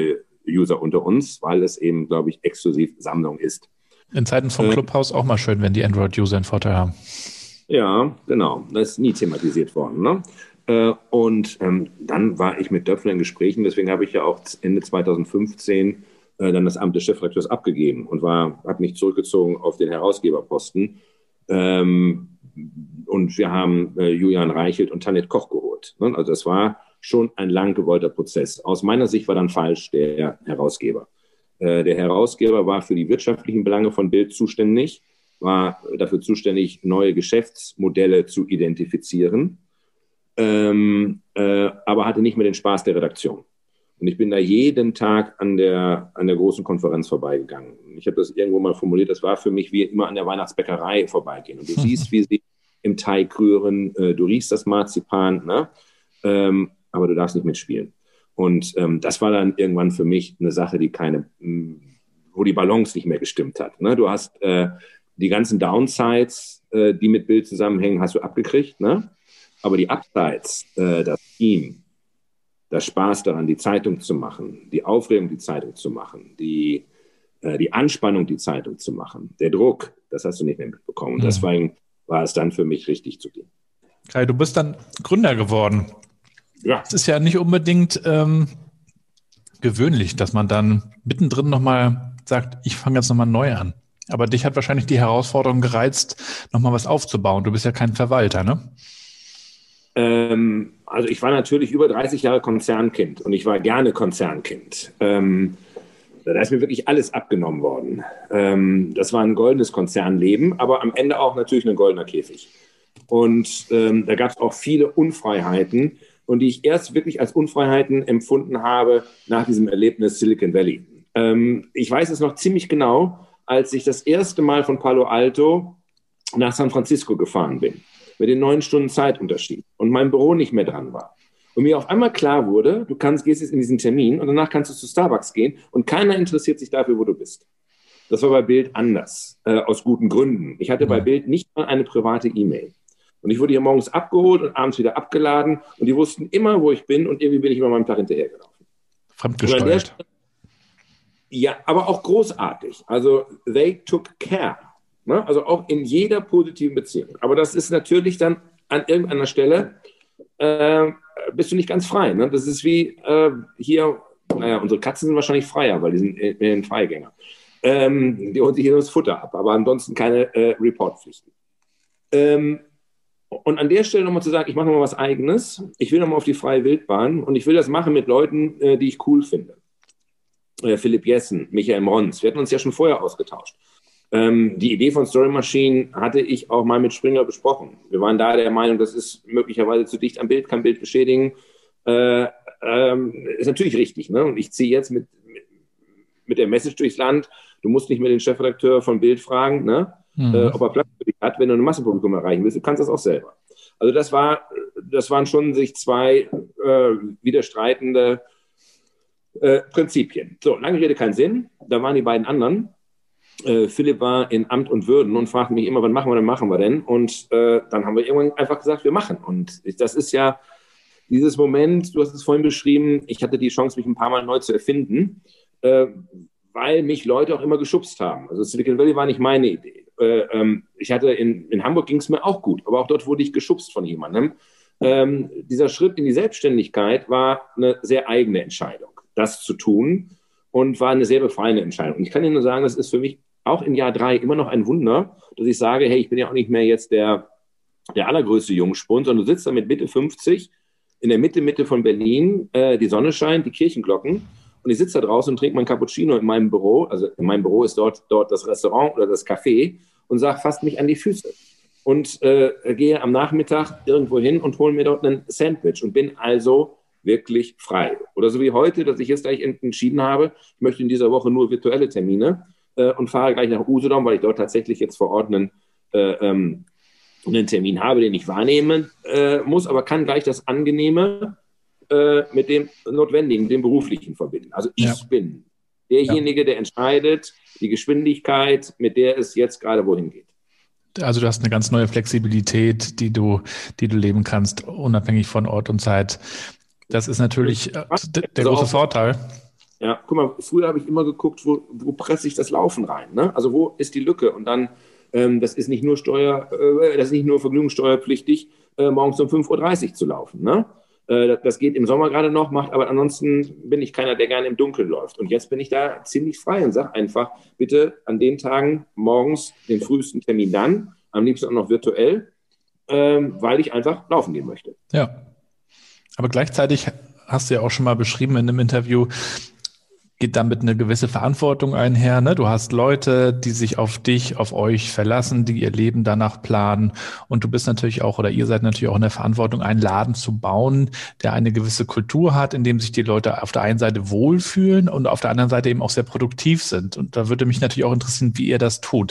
User unter uns, weil es eben, glaube ich, exklusiv Sammlung ist. In Zeiten vom äh, Clubhouse auch mal schön, wenn die Android-User einen Vorteil haben. Ja, genau. Das ist nie thematisiert worden. Ne? Äh, und ähm, dann war ich mit Döpfner in Gesprächen. Deswegen habe ich ja auch Ende zweitausendfünfzehn äh, dann das Amt des Chefredakteurs abgegeben und war, habe mich zurückgezogen auf den Herausgeberposten. Ähm, und wir haben äh, Julian Reichelt und Tanit Koch geholt. Ne? Also das war schon ein lang gewollter Prozess. Aus meiner Sicht war dann falsch der Herausgeber. Äh, der Herausgeber war für die wirtschaftlichen Belange von Bild zuständig, war dafür zuständig, neue Geschäftsmodelle zu identifizieren, ähm, äh, aber hatte nicht mehr den Spaß der Redaktion. Und ich bin da jeden Tag an der, an der großen Konferenz vorbeigegangen. Ich habe das irgendwo mal formuliert, das war für mich wie immer an der Weihnachtsbäckerei vorbeigehen. Und du siehst, wie sie im Teig rühren, äh, du riechst das Marzipan, ne? ähm, aber du darfst nicht mitspielen. Und ähm, das war dann irgendwann für mich eine Sache, die keine, mh, wo die Balance nicht mehr gestimmt hat. Ne? Du hast äh, die ganzen Downsides, äh, die mit Bild zusammenhängen, hast du abgekriegt, ne? Aber die Upsides, äh, das Team, der Spaß daran, die Zeitung zu machen, die Aufregung, die Zeitung zu machen, die, äh, die Anspannung, die Zeitung zu machen, der Druck, das hast du nicht mehr mitbekommen. Und mhm. deswegen war es dann für mich richtig zu gehen. Kai, du bist dann Gründer geworden. Ja. Es ist ja nicht unbedingt ähm, gewöhnlich, dass man dann mittendrin nochmal sagt, ich fange jetzt nochmal neu an. Aber dich hat wahrscheinlich die Herausforderung gereizt, nochmal was aufzubauen. Du bist ja kein Verwalter, ne? Ähm, also ich war natürlich über dreißig Jahre Konzernkind und ich war gerne Konzernkind. Ähm, da ist mir wirklich alles abgenommen worden. Ähm, das war ein goldenes Konzernleben, aber am Ende auch natürlich ein goldener Käfig. Und ähm, da gab es auch viele Unfreiheiten und die ich erst wirklich als Unfreiheiten empfunden habe nach diesem Erlebnis Silicon Valley. Ähm, ich weiß es noch ziemlich genau, als ich das erste Mal von Palo Alto nach San Francisco gefahren bin, mit den neun Stunden Zeitunterschied und mein Büro nicht mehr dran war. Und mir auf einmal klar wurde, du kannst, gehst jetzt in diesen Termin und danach kannst du zu Starbucks gehen und keiner interessiert sich dafür, wo du bist. Das war bei Bild anders, äh, aus guten Gründen. Ich hatte bei Bild nicht mal eine private E-Mail. Und ich wurde hier morgens abgeholt und abends wieder abgeladen und die wussten immer, wo ich bin und irgendwie bin ich immer meinem Tag hinterhergelaufen. Fremdgesteuert. Ja, aber auch großartig. Also they took care. Ne? Also auch in jeder positiven Beziehung. Aber das ist natürlich dann an irgendeiner Stelle, äh, bist du nicht ganz frei. Ne? Das ist wie äh, hier, naja, unsere Katzen sind wahrscheinlich freier, weil die sind in Freigänger. Ähm, die holen sich hier nur das Futter ab, aber ansonsten keine äh, Reportpflichten. Ähm, und an der Stelle nochmal zu sagen, ich mache nochmal was Eigenes. Ich will nochmal auf die freie Wildbahn und ich will das machen mit Leuten, äh, die ich cool finde. Äh, Philipp Jessen, Michael Mrons. Wir hatten uns ja schon vorher ausgetauscht. Ähm, die Idee von Story Machine hatte ich auch mal mit Springer besprochen. Wir waren da der Meinung, das ist möglicherweise zu dicht am Bild, kann Bild beschädigen. Äh, ähm, ist natürlich richtig. Ne? Und ich ziehe jetzt mit, mit, mit der Message durchs Land. Du musst nicht mehr den Chefredakteur von Bild fragen, ne? mhm. äh, ob er Platz für dich hat, wenn du ein Massenpublikum erreichen willst. Du kannst das auch selber. Also das war, das waren schon sich zwei äh, widerstreitende äh, Prinzipien. So, lange Rede, kein Sinn. Da waren die beiden anderen. Äh, Philipp war in Amt und Würden und fragte mich immer, wann machen wir denn, machen wir denn? Und äh, dann haben wir irgendwann einfach gesagt, wir machen. Und ich, das ist ja dieses Moment, du hast es vorhin beschrieben, ich hatte die Chance, mich ein paar Mal neu zu erfinden, äh, weil mich Leute auch immer geschubst haben. Also Silicon Valley war nicht meine Idee. Äh, ähm, ich hatte in, in Hamburg ging es mir auch gut, aber auch dort wurde ich geschubst von jemandem. Ähm, dieser Schritt in die Selbstständigkeit war eine sehr eigene Entscheidung, das zu tun, und war eine sehr befreiende Entscheidung. Und ich kann Ihnen nur sagen, das ist für mich auch in Jahr drei immer noch ein Wunder, dass ich sage, hey, ich bin ja auch nicht mehr jetzt der, der allergrößte Jungspund, sondern du sitzt da mit Mitte fünfzig in der Mitte, Mitte von Berlin, äh, die Sonne scheint, die Kirchenglocken, und ich sitze da draußen und trinke mein Cappuccino in meinem Büro, also in meinem Büro ist dort, dort das Restaurant oder das Café, und sage, fasst mich an die Füße. Und äh, gehe am Nachmittag irgendwo hin und hole mir dort ein Sandwich und bin also wirklich frei. Oder so wie heute, dass ich jetzt gleich entschieden habe, ich möchte in dieser Woche nur virtuelle Termine äh, und fahre gleich nach Usedom, weil ich dort tatsächlich jetzt vor Ort einen, äh, ähm, einen Termin habe, den ich wahrnehmen äh, muss, aber kann gleich das Angenehme äh, mit dem Notwendigen, mit dem Beruflichen verbinden. Also ich ja. bin derjenige, ja. der entscheidet, die Geschwindigkeit, mit der es jetzt gerade wohin geht. Also du hast eine ganz neue Flexibilität, die du, die du leben kannst, unabhängig von Ort und Zeit. Das ist natürlich der, der große Vorteil. Ja, guck mal, früher habe ich immer geguckt, wo, wo presse ich das Laufen rein, ne? Also wo ist die Lücke? Und dann, ähm, das ist nicht nur Steuer, äh, das ist nicht nur vergnügungssteuerpflichtig, äh, morgens um fünf Uhr dreißig zu laufen, ne? Äh, das geht im Sommer gerade noch, macht, aber ansonsten bin ich keiner, der gerne im Dunkeln läuft. Und jetzt bin ich da ziemlich frei und sage einfach, bitte an den Tagen morgens den frühesten Termin dann, am liebsten auch noch virtuell, ähm, weil ich einfach laufen gehen möchte. Ja, aber gleichzeitig hast du ja auch schon mal beschrieben in einem Interview, geht damit eine gewisse Verantwortung einher, ne? Du hast Leute, die sich auf dich, auf euch verlassen, die ihr Leben danach planen. Und du bist natürlich auch, oder ihr seid natürlich auch in der Verantwortung, einen Laden zu bauen, der eine gewisse Kultur hat, in dem sich die Leute auf der einen Seite wohlfühlen und auf der anderen Seite eben auch sehr produktiv sind. Und da würde mich natürlich auch interessieren, wie ihr das tut.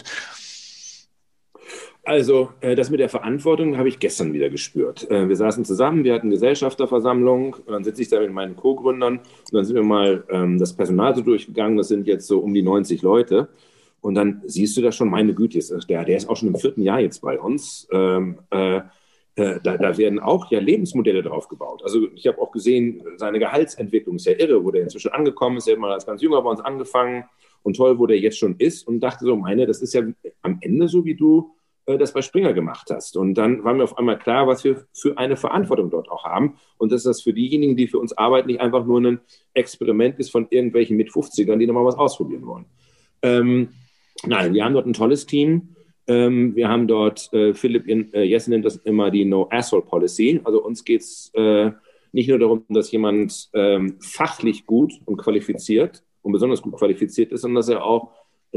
Also, äh, das mit der Verantwortung habe ich gestern wieder gespürt. Äh, wir saßen zusammen, wir hatten Gesellschafterversammlung und dann sitze ich da mit meinen Co-Gründern und dann sind wir mal ähm, das Personal so durchgegangen. Das sind jetzt so um die neunzig Leute. Und dann siehst du da schon, meine Güte, ist der, der ist auch schon im vierten Jahr jetzt bei uns. Ähm, äh, äh, da, da werden auch ja Lebensmodelle drauf gebaut. Also ich habe auch gesehen, seine Gehaltsentwicklung ist ja irre, wo der inzwischen angekommen ist. Er hat mal als ganz junger bei uns angefangen und toll, wo der jetzt schon ist und dachte so, meine, das ist ja am Ende so, wie du das bei Springer gemacht hast. Und dann war mir auf einmal klar, was wir für eine Verantwortung dort auch haben und dass das für diejenigen, die für uns arbeiten, nicht einfach nur ein Experiment ist von irgendwelchen Mit-fünfzigern, die nochmal was ausprobieren wollen. Ähm, nein, wir haben dort ein tolles Team. Ähm, wir haben dort, äh, Philipp äh, Jessen nennt das immer die No-Asshole-Policy. Also uns geht es äh, nicht nur darum, dass jemand ähm, fachlich gut und qualifiziert und besonders gut qualifiziert ist, sondern dass er auch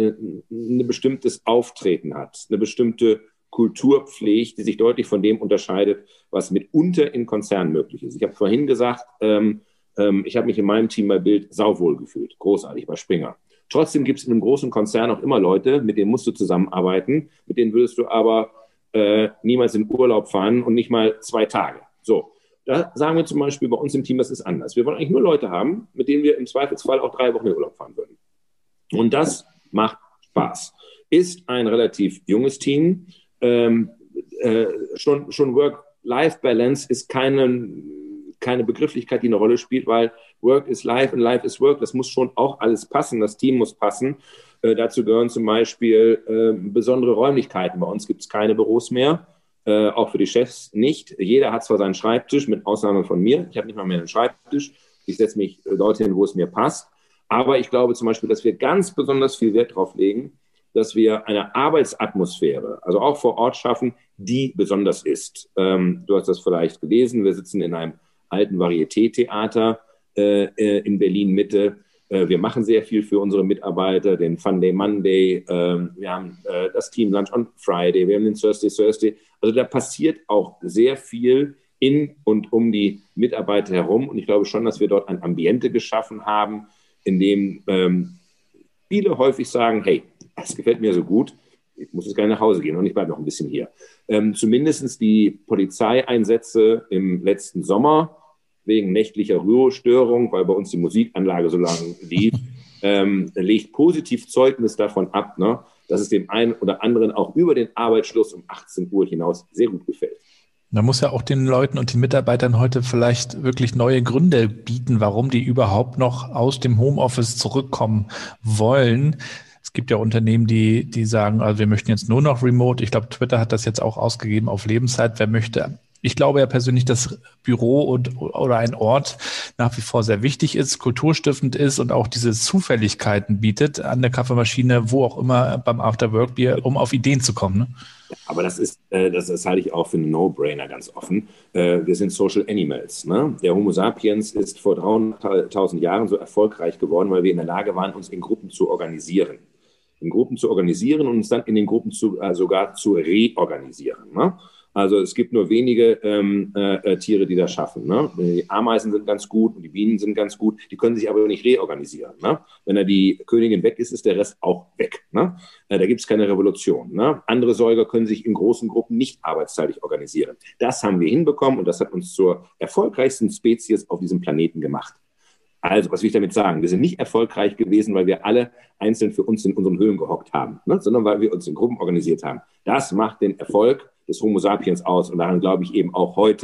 ein bestimmtes Auftreten hat, eine bestimmte Kultur pflegt, die sich deutlich von dem unterscheidet, was mitunter in Konzernen möglich ist. Ich habe vorhin gesagt, ähm, ähm, ich habe mich in meinem Team bei Bild sauwohl gefühlt, großartig bei Springer. Trotzdem gibt es in einem großen Konzern auch immer Leute, mit denen musst du zusammenarbeiten, mit denen würdest du aber äh, niemals in Urlaub fahren und nicht mal zwei Tage. So, da sagen wir zum Beispiel bei uns im Team, das ist anders. Wir wollen eigentlich nur Leute haben, mit denen wir im Zweifelsfall auch drei Wochen in Urlaub fahren würden. Und das macht Spaß. Ist ein relativ junges Team. Ähm, äh, schon schon Work-Life-Balance ist keine, keine Begrifflichkeit, die eine Rolle spielt, weil Work is Life und Life is Work. Das muss schon auch alles passen. Das Team muss passen. Äh, dazu gehören zum Beispiel äh, besondere Räumlichkeiten. Bei uns gibt es keine Büros mehr, äh, auch für die Chefs nicht. Jeder hat zwar seinen Schreibtisch, mit Ausnahme von mir. Ich habe nicht mal mehr einen Schreibtisch. Ich setze mich dorthin, wo es mir passt. Aber ich glaube zum Beispiel, dass wir ganz besonders viel Wert darauf legen, dass wir eine Arbeitsatmosphäre, also auch vor Ort schaffen, die besonders ist. Ähm, du hast das vielleicht gelesen. Wir sitzen in einem alten Varieté-Theater äh, äh, in Berlin-Mitte. Äh, wir machen sehr viel für unsere Mitarbeiter, den Fun Day Monday. Äh, wir haben äh, das Team Lunch on Friday. Wir haben den Thursday Thursday. Also da passiert auch sehr viel in und um die Mitarbeiter herum. Und ich glaube schon, dass wir dort ein Ambiente geschaffen haben, in dem ähm, viele häufig sagen, hey, das gefällt mir so gut, ich muss jetzt gerne nach Hause gehen und ich bleibe noch ein bisschen hier. Ähm, zumindest die Polizeieinsätze im letzten Sommer wegen nächtlicher Ruhestörung, weil bei uns die Musikanlage so lange lief, ähm, legt positiv Zeugnis davon ab, ne, dass es dem einen oder anderen auch über den Arbeitsschluss um achtzehn Uhr hinaus sehr gut gefällt. Man muss ja auch den Leuten und den Mitarbeitern heute vielleicht wirklich neue Gründe bieten, warum die überhaupt noch aus dem Homeoffice zurückkommen wollen. Es gibt ja Unternehmen, die die sagen, also wir möchten jetzt nur noch remote. Ich glaube, Twitter hat das jetzt auch ausgegeben auf Lebenszeit. Wer möchte? Ich glaube ja persönlich, dass Büro und, oder ein Ort nach wie vor sehr wichtig ist, kulturstiftend ist und auch diese Zufälligkeiten bietet an der Kaffeemaschine, wo auch immer beim After-Work-Bier, um auf Ideen zu kommen. Ne? Aber das ist, äh, das, das halte ich auch für einen No-Brainer ganz offen. Äh, wir sind Social Animals. Ne? Der Homo sapiens ist vor dreihunderttausend Jahren so erfolgreich geworden, weil wir in der Lage waren, uns in Gruppen zu organisieren. In Gruppen zu organisieren und uns dann in den Gruppen zu, äh, sogar zu reorganisieren. Ne? Also es gibt nur wenige ähm, äh, Tiere, die das schaffen. Ne? Die Ameisen sind ganz gut und die Bienen sind ganz gut, die können sich aber nicht reorganisieren. Ne? Wenn da die Königin weg ist, ist der Rest auch weg. Ne? Äh, da gibt es keine Revolution. Ne? Andere Säuger können sich in großen Gruppen nicht arbeitsteilig organisieren. Das haben wir hinbekommen und das hat uns zur erfolgreichsten Spezies auf diesem Planeten gemacht. Also, was will ich damit sagen? Wir sind nicht erfolgreich gewesen, weil wir alle einzeln für uns in unseren Höhlen gehockt haben, ne? Sondern weil wir uns in Gruppen organisiert haben. Das macht den Erfolg des Homo sapiens aus und daran glaube ich eben auch heute.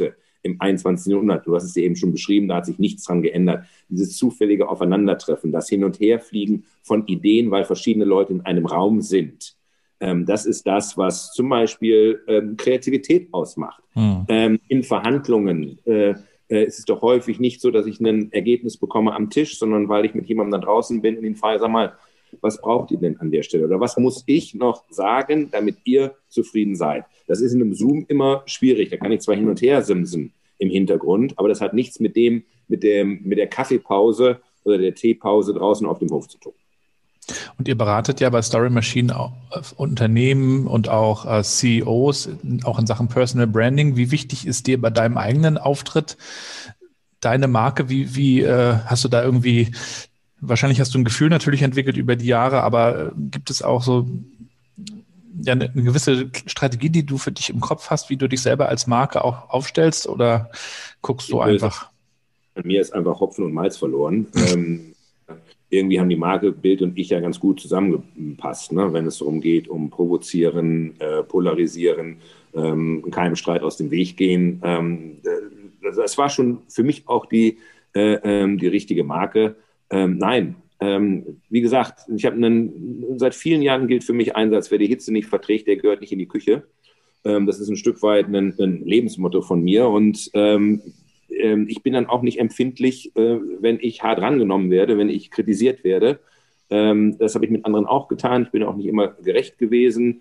im einundzwanzigsten Jahrhundert. Du hast es ja eben schon beschrieben, da hat sich nichts dran geändert. Dieses zufällige Aufeinandertreffen, das Hin- und Herfliegen von Ideen, weil verschiedene Leute in einem Raum sind. Ähm, das ist das, was zum Beispiel ähm, Kreativität ausmacht. Hm. Ähm, in Verhandlungen äh, äh, ist es doch häufig nicht so, dass ich ein Ergebnis bekomme am Tisch, sondern weil ich mit jemandem da draußen bin und ihn frage, sag mal, was braucht ihr denn an der Stelle? Oder was muss ich noch sagen, damit ihr zufrieden seid? Das ist in einem Zoom immer schwierig. Da kann ich zwar hin und her simsen im Hintergrund, aber das hat nichts mit dem, mit dem, mit der Kaffeepause oder der Teepause draußen auf dem Hof zu tun. Und ihr beratet ja bei Story Machine auch Unternehmen und auch äh, C E Os, auch in Sachen Personal Branding. Wie wichtig ist dir bei deinem eigenen Auftritt deine Marke? Wie, wie äh, hast du da irgendwie, wahrscheinlich hast du ein Gefühl natürlich entwickelt über die Jahre, aber äh, gibt es auch so ja, eine, eine gewisse Strategie, die du für dich im Kopf hast, wie du dich selber als Marke auch aufstellst, oder guckst du einfach? An mir ist einfach Hopfen und Malz verloren. ähm, Irgendwie haben die Marke, Bild und ich ja ganz gut zusammengepasst, ne? Wenn es darum geht, um provozieren, äh, polarisieren, ähm, keinem Streit aus dem Weg gehen. Ähm, das, das war schon für mich auch die, äh, ähm, die richtige Marke. Ähm, nein, ähm, wie gesagt, ich habe einen, seit vielen Jahren gilt für mich Einsatz, wer die Hitze nicht verträgt, der gehört nicht in die Küche. Ähm, das ist ein Stück weit ein, ein Lebensmotto von mir und ähm, ich bin dann auch nicht empfindlich, wenn ich hart rangenommen werde, wenn ich kritisiert werde. Das habe ich mit anderen auch getan. Ich bin auch nicht immer gerecht gewesen,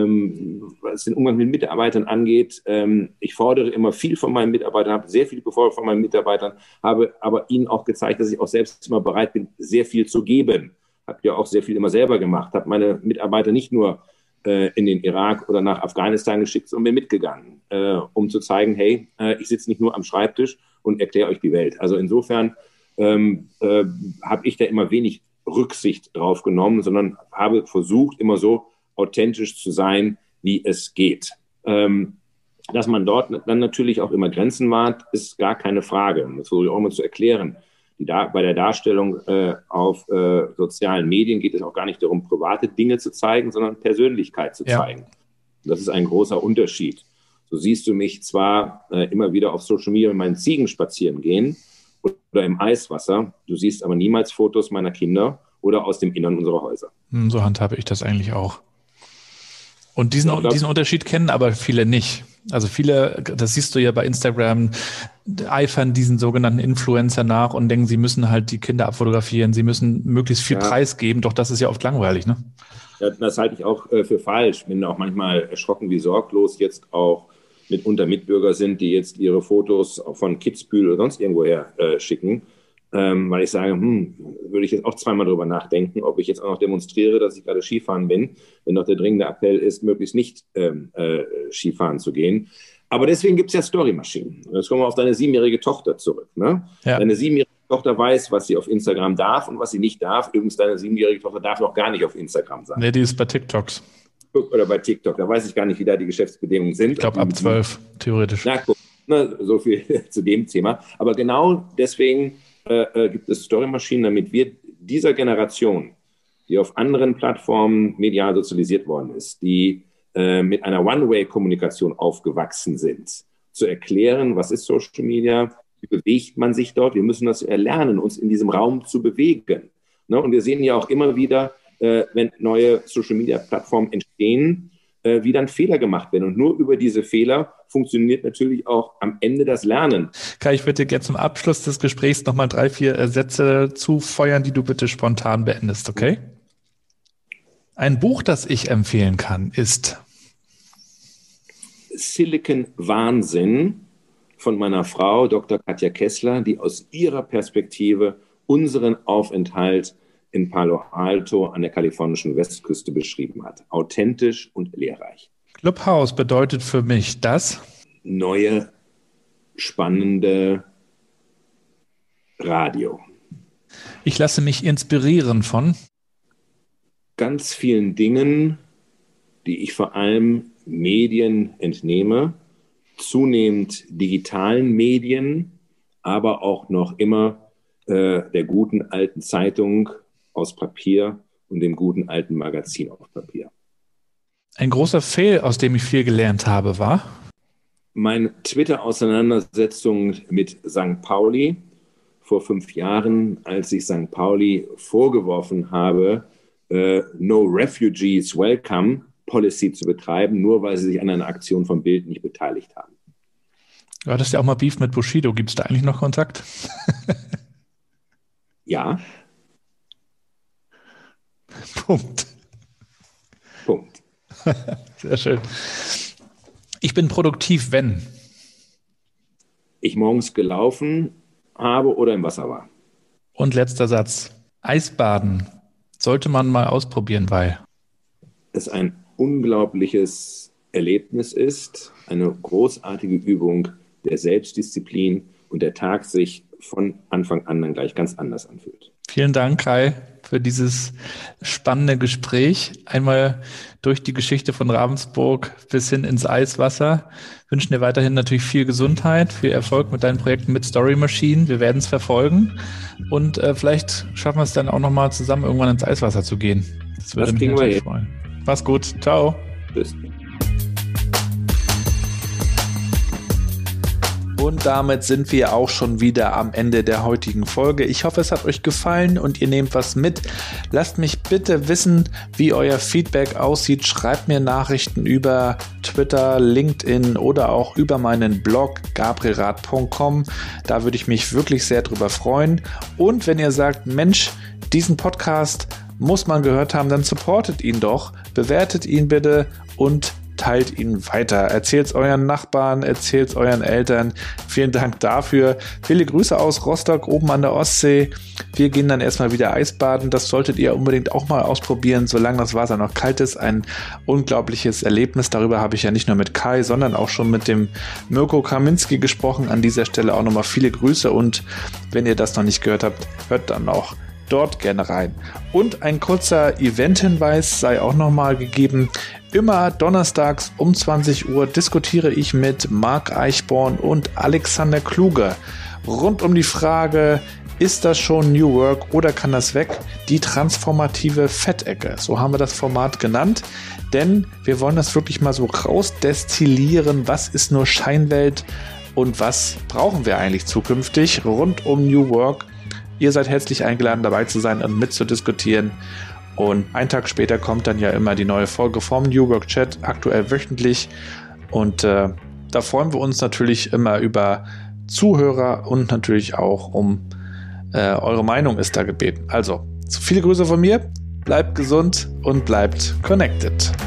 was den Umgang mit Mitarbeitern angeht. Ich fordere immer viel von meinen Mitarbeitern, habe sehr viel gefordert von meinen Mitarbeitern, habe aber ihnen auch gezeigt, dass ich auch selbst immer bereit bin, sehr viel zu geben. Habe ja auch sehr viel immer selber gemacht, habe meine Mitarbeiter nicht nur in den Irak oder nach Afghanistan geschickt und bin mitgegangen, äh, um zu zeigen, hey, äh, ich sitze nicht nur am Schreibtisch und erkläre euch die Welt. Also insofern ähm, äh, habe ich da immer wenig Rücksicht drauf genommen, sondern habe versucht, immer so authentisch zu sein, wie es geht. Ähm, dass man dort dann natürlich auch immer Grenzen wahrt, ist gar keine Frage. Das versuche ich auch immer zu erklären. Die da, bei der Darstellung äh, auf äh, sozialen Medien geht es auch gar nicht darum, private Dinge zu zeigen, sondern Persönlichkeit zu ja. zeigen. Das ist ein großer Unterschied. So siehst du mich zwar äh, immer wieder auf Social Media mit meinen Ziegen spazieren gehen oder im Eiswasser, du siehst aber niemals Fotos meiner Kinder oder aus dem Innern unserer Häuser. So handhabe ich das eigentlich auch. Und diesen, ja, diesen Unterschied kennen aber viele nicht. Also viele, das siehst du ja bei Instagram, eifern diesen sogenannten Influencer nach und denken, sie müssen halt die Kinder abfotografieren, sie müssen möglichst viel ja. preisgeben, doch das ist ja oft langweilig, ne? Ja, das halte ich auch äh, für falsch. Bin auch manchmal erschrocken, wie sorglos jetzt auch mitunter Mitbürger sind, die jetzt ihre Fotos von Kitzbühel oder sonst irgendwoher äh, schicken. Ähm, weil ich sage, hm, würde ich jetzt auch zweimal drüber nachdenken, ob ich jetzt auch noch demonstriere, dass ich gerade Skifahren bin, wenn doch der dringende Appell ist, möglichst nicht ähm, äh, Skifahren zu gehen. Aber deswegen gibt es ja Story Machine. Jetzt kommen wir auf deine siebenjährige Tochter zurück. Ne? Ja. Deine siebenjährige Tochter weiß, was sie auf Instagram darf und was sie nicht darf. Übrigens, deine siebenjährige Tochter darf noch gar nicht auf Instagram sein. Nee, die ist bei TikToks. Oder bei TikTok. Da weiß ich gar nicht, wie da die Geschäftsbedingungen sind. Ich glaube, ab zwölf, theoretisch. Na, guck, ne, so viel zu dem Thema. Aber genau deswegen Äh, gibt es Story-Maschinen, damit wir dieser Generation, die auf anderen Plattformen medial sozialisiert worden ist, die äh, mit einer One-Way-Kommunikation aufgewachsen sind, zu erklären, was ist Social Media, wie bewegt man sich dort. Wir müssen das erlernen, uns in diesem Raum zu bewegen. Ne? Und wir sehen ja auch immer wieder, äh, wenn neue Social-Media-Plattformen entstehen, äh, wie dann Fehler gemacht werden. Und nur über diese Fehler funktioniert natürlich auch am Ende das Lernen. Kann ich bitte gerne zum Abschluss des Gesprächs nochmal drei, vier äh, Sätze zufeuern, die du bitte spontan beendest, okay? Ein Buch, das ich empfehlen kann, ist Silicon Wahnsinn von meiner Frau, Doktor Katja Kessler, die aus ihrer Perspektive unseren Aufenthalt in Palo Alto an der kalifornischen Westküste beschrieben hat. Authentisch und lehrreich. Clubhouse bedeutet für mich das? Neue, spannende Radio. Ich lasse mich inspirieren von? Ganz vielen Dingen, die ich vor allem Medien entnehme, zunehmend digitalen Medien, aber auch noch immer äh, der guten alten Zeitung aus Papier und dem guten alten Magazin auf Papier. Ein großer Fail, aus dem ich viel gelernt habe, war? meine Twitter-Auseinandersetzung mit Sankt Pauli vor fünf Jahren, als ich Sankt Pauli vorgeworfen habe, äh, No Refugees Welcome Policy zu betreiben, nur weil sie sich an einer Aktion von Bild nicht beteiligt haben. Du hattest ja auch mal Beef mit Bushido. Gibt es da eigentlich noch Kontakt? Ja. Punkt. Punkt. Sehr schön. Ich bin produktiv, wenn ich morgens gelaufen habe oder im Wasser war. Und letzter Satz. Eisbaden sollte man mal ausprobieren, weil es ein unglaubliches Erlebnis ist, eine großartige Übung der Selbstdisziplin und der Tag sich von Anfang an dann gleich ganz anders anfühlt. Vielen Dank, Kai, für dieses spannende Gespräch. Einmal durch die Geschichte von Ravensburg bis hin ins Eiswasser. Wünschen dir weiterhin natürlich viel Gesundheit, viel Erfolg mit deinen Projekten mit Story Machine. Wir werden es verfolgen und äh, vielleicht schaffen wir es dann auch nochmal zusammen irgendwann ins Eiswasser zu gehen. Das würde das mich natürlich freuen. Mach's gut. Ciao. Tschüss. Und damit sind wir auch schon wieder am Ende der heutigen Folge. Ich hoffe, es hat euch gefallen und ihr nehmt was mit. Lasst mich bitte wissen, wie euer Feedback aussieht. Schreibt mir Nachrichten über Twitter, LinkedIn oder auch über meinen Blog gabrielrath punkt com. Da würde ich mich wirklich sehr drüber freuen. Und wenn ihr sagt, Mensch, diesen Podcast muss man gehört haben, dann supportet ihn doch, bewertet ihn bitte und teilt ihn weiter. Erzählt es euren Nachbarn, erzählt es euren Eltern. Vielen Dank dafür. Viele Grüße aus Rostock oben an der Ostsee. Wir gehen dann erstmal wieder Eisbaden. Das solltet ihr unbedingt auch mal ausprobieren, solange das Wasser noch kalt ist. Ein unglaubliches Erlebnis. Darüber habe ich ja nicht nur mit Kai, sondern auch schon mit dem Mirko Kaminski gesprochen. An dieser Stelle auch nochmal viele Grüße und wenn ihr das noch nicht gehört habt, hört dann auch dort gerne rein. Und ein kurzer Event-Hinweis sei auch nochmal gegeben. Immer donnerstags um zwanzig Uhr diskutiere ich mit Marc Eichborn und Alexander Kluge rund um die Frage, ist das schon New Work oder kann das weg? Die transformative Fettecke, so haben wir das Format genannt, denn wir wollen das wirklich mal so rausdestillieren, was ist nur Scheinwelt und was brauchen wir eigentlich zukünftig rund um New Work. Ihr seid herzlich eingeladen, dabei zu sein und mitzudiskutieren. Und einen Tag später kommt dann ja immer die neue Folge vom New Work Chat, aktuell wöchentlich. Und äh, da freuen wir uns natürlich immer über Zuhörer und natürlich auch um äh, eure Meinung ist da gebeten. Also, viele Grüße von mir, bleibt gesund und bleibt connected.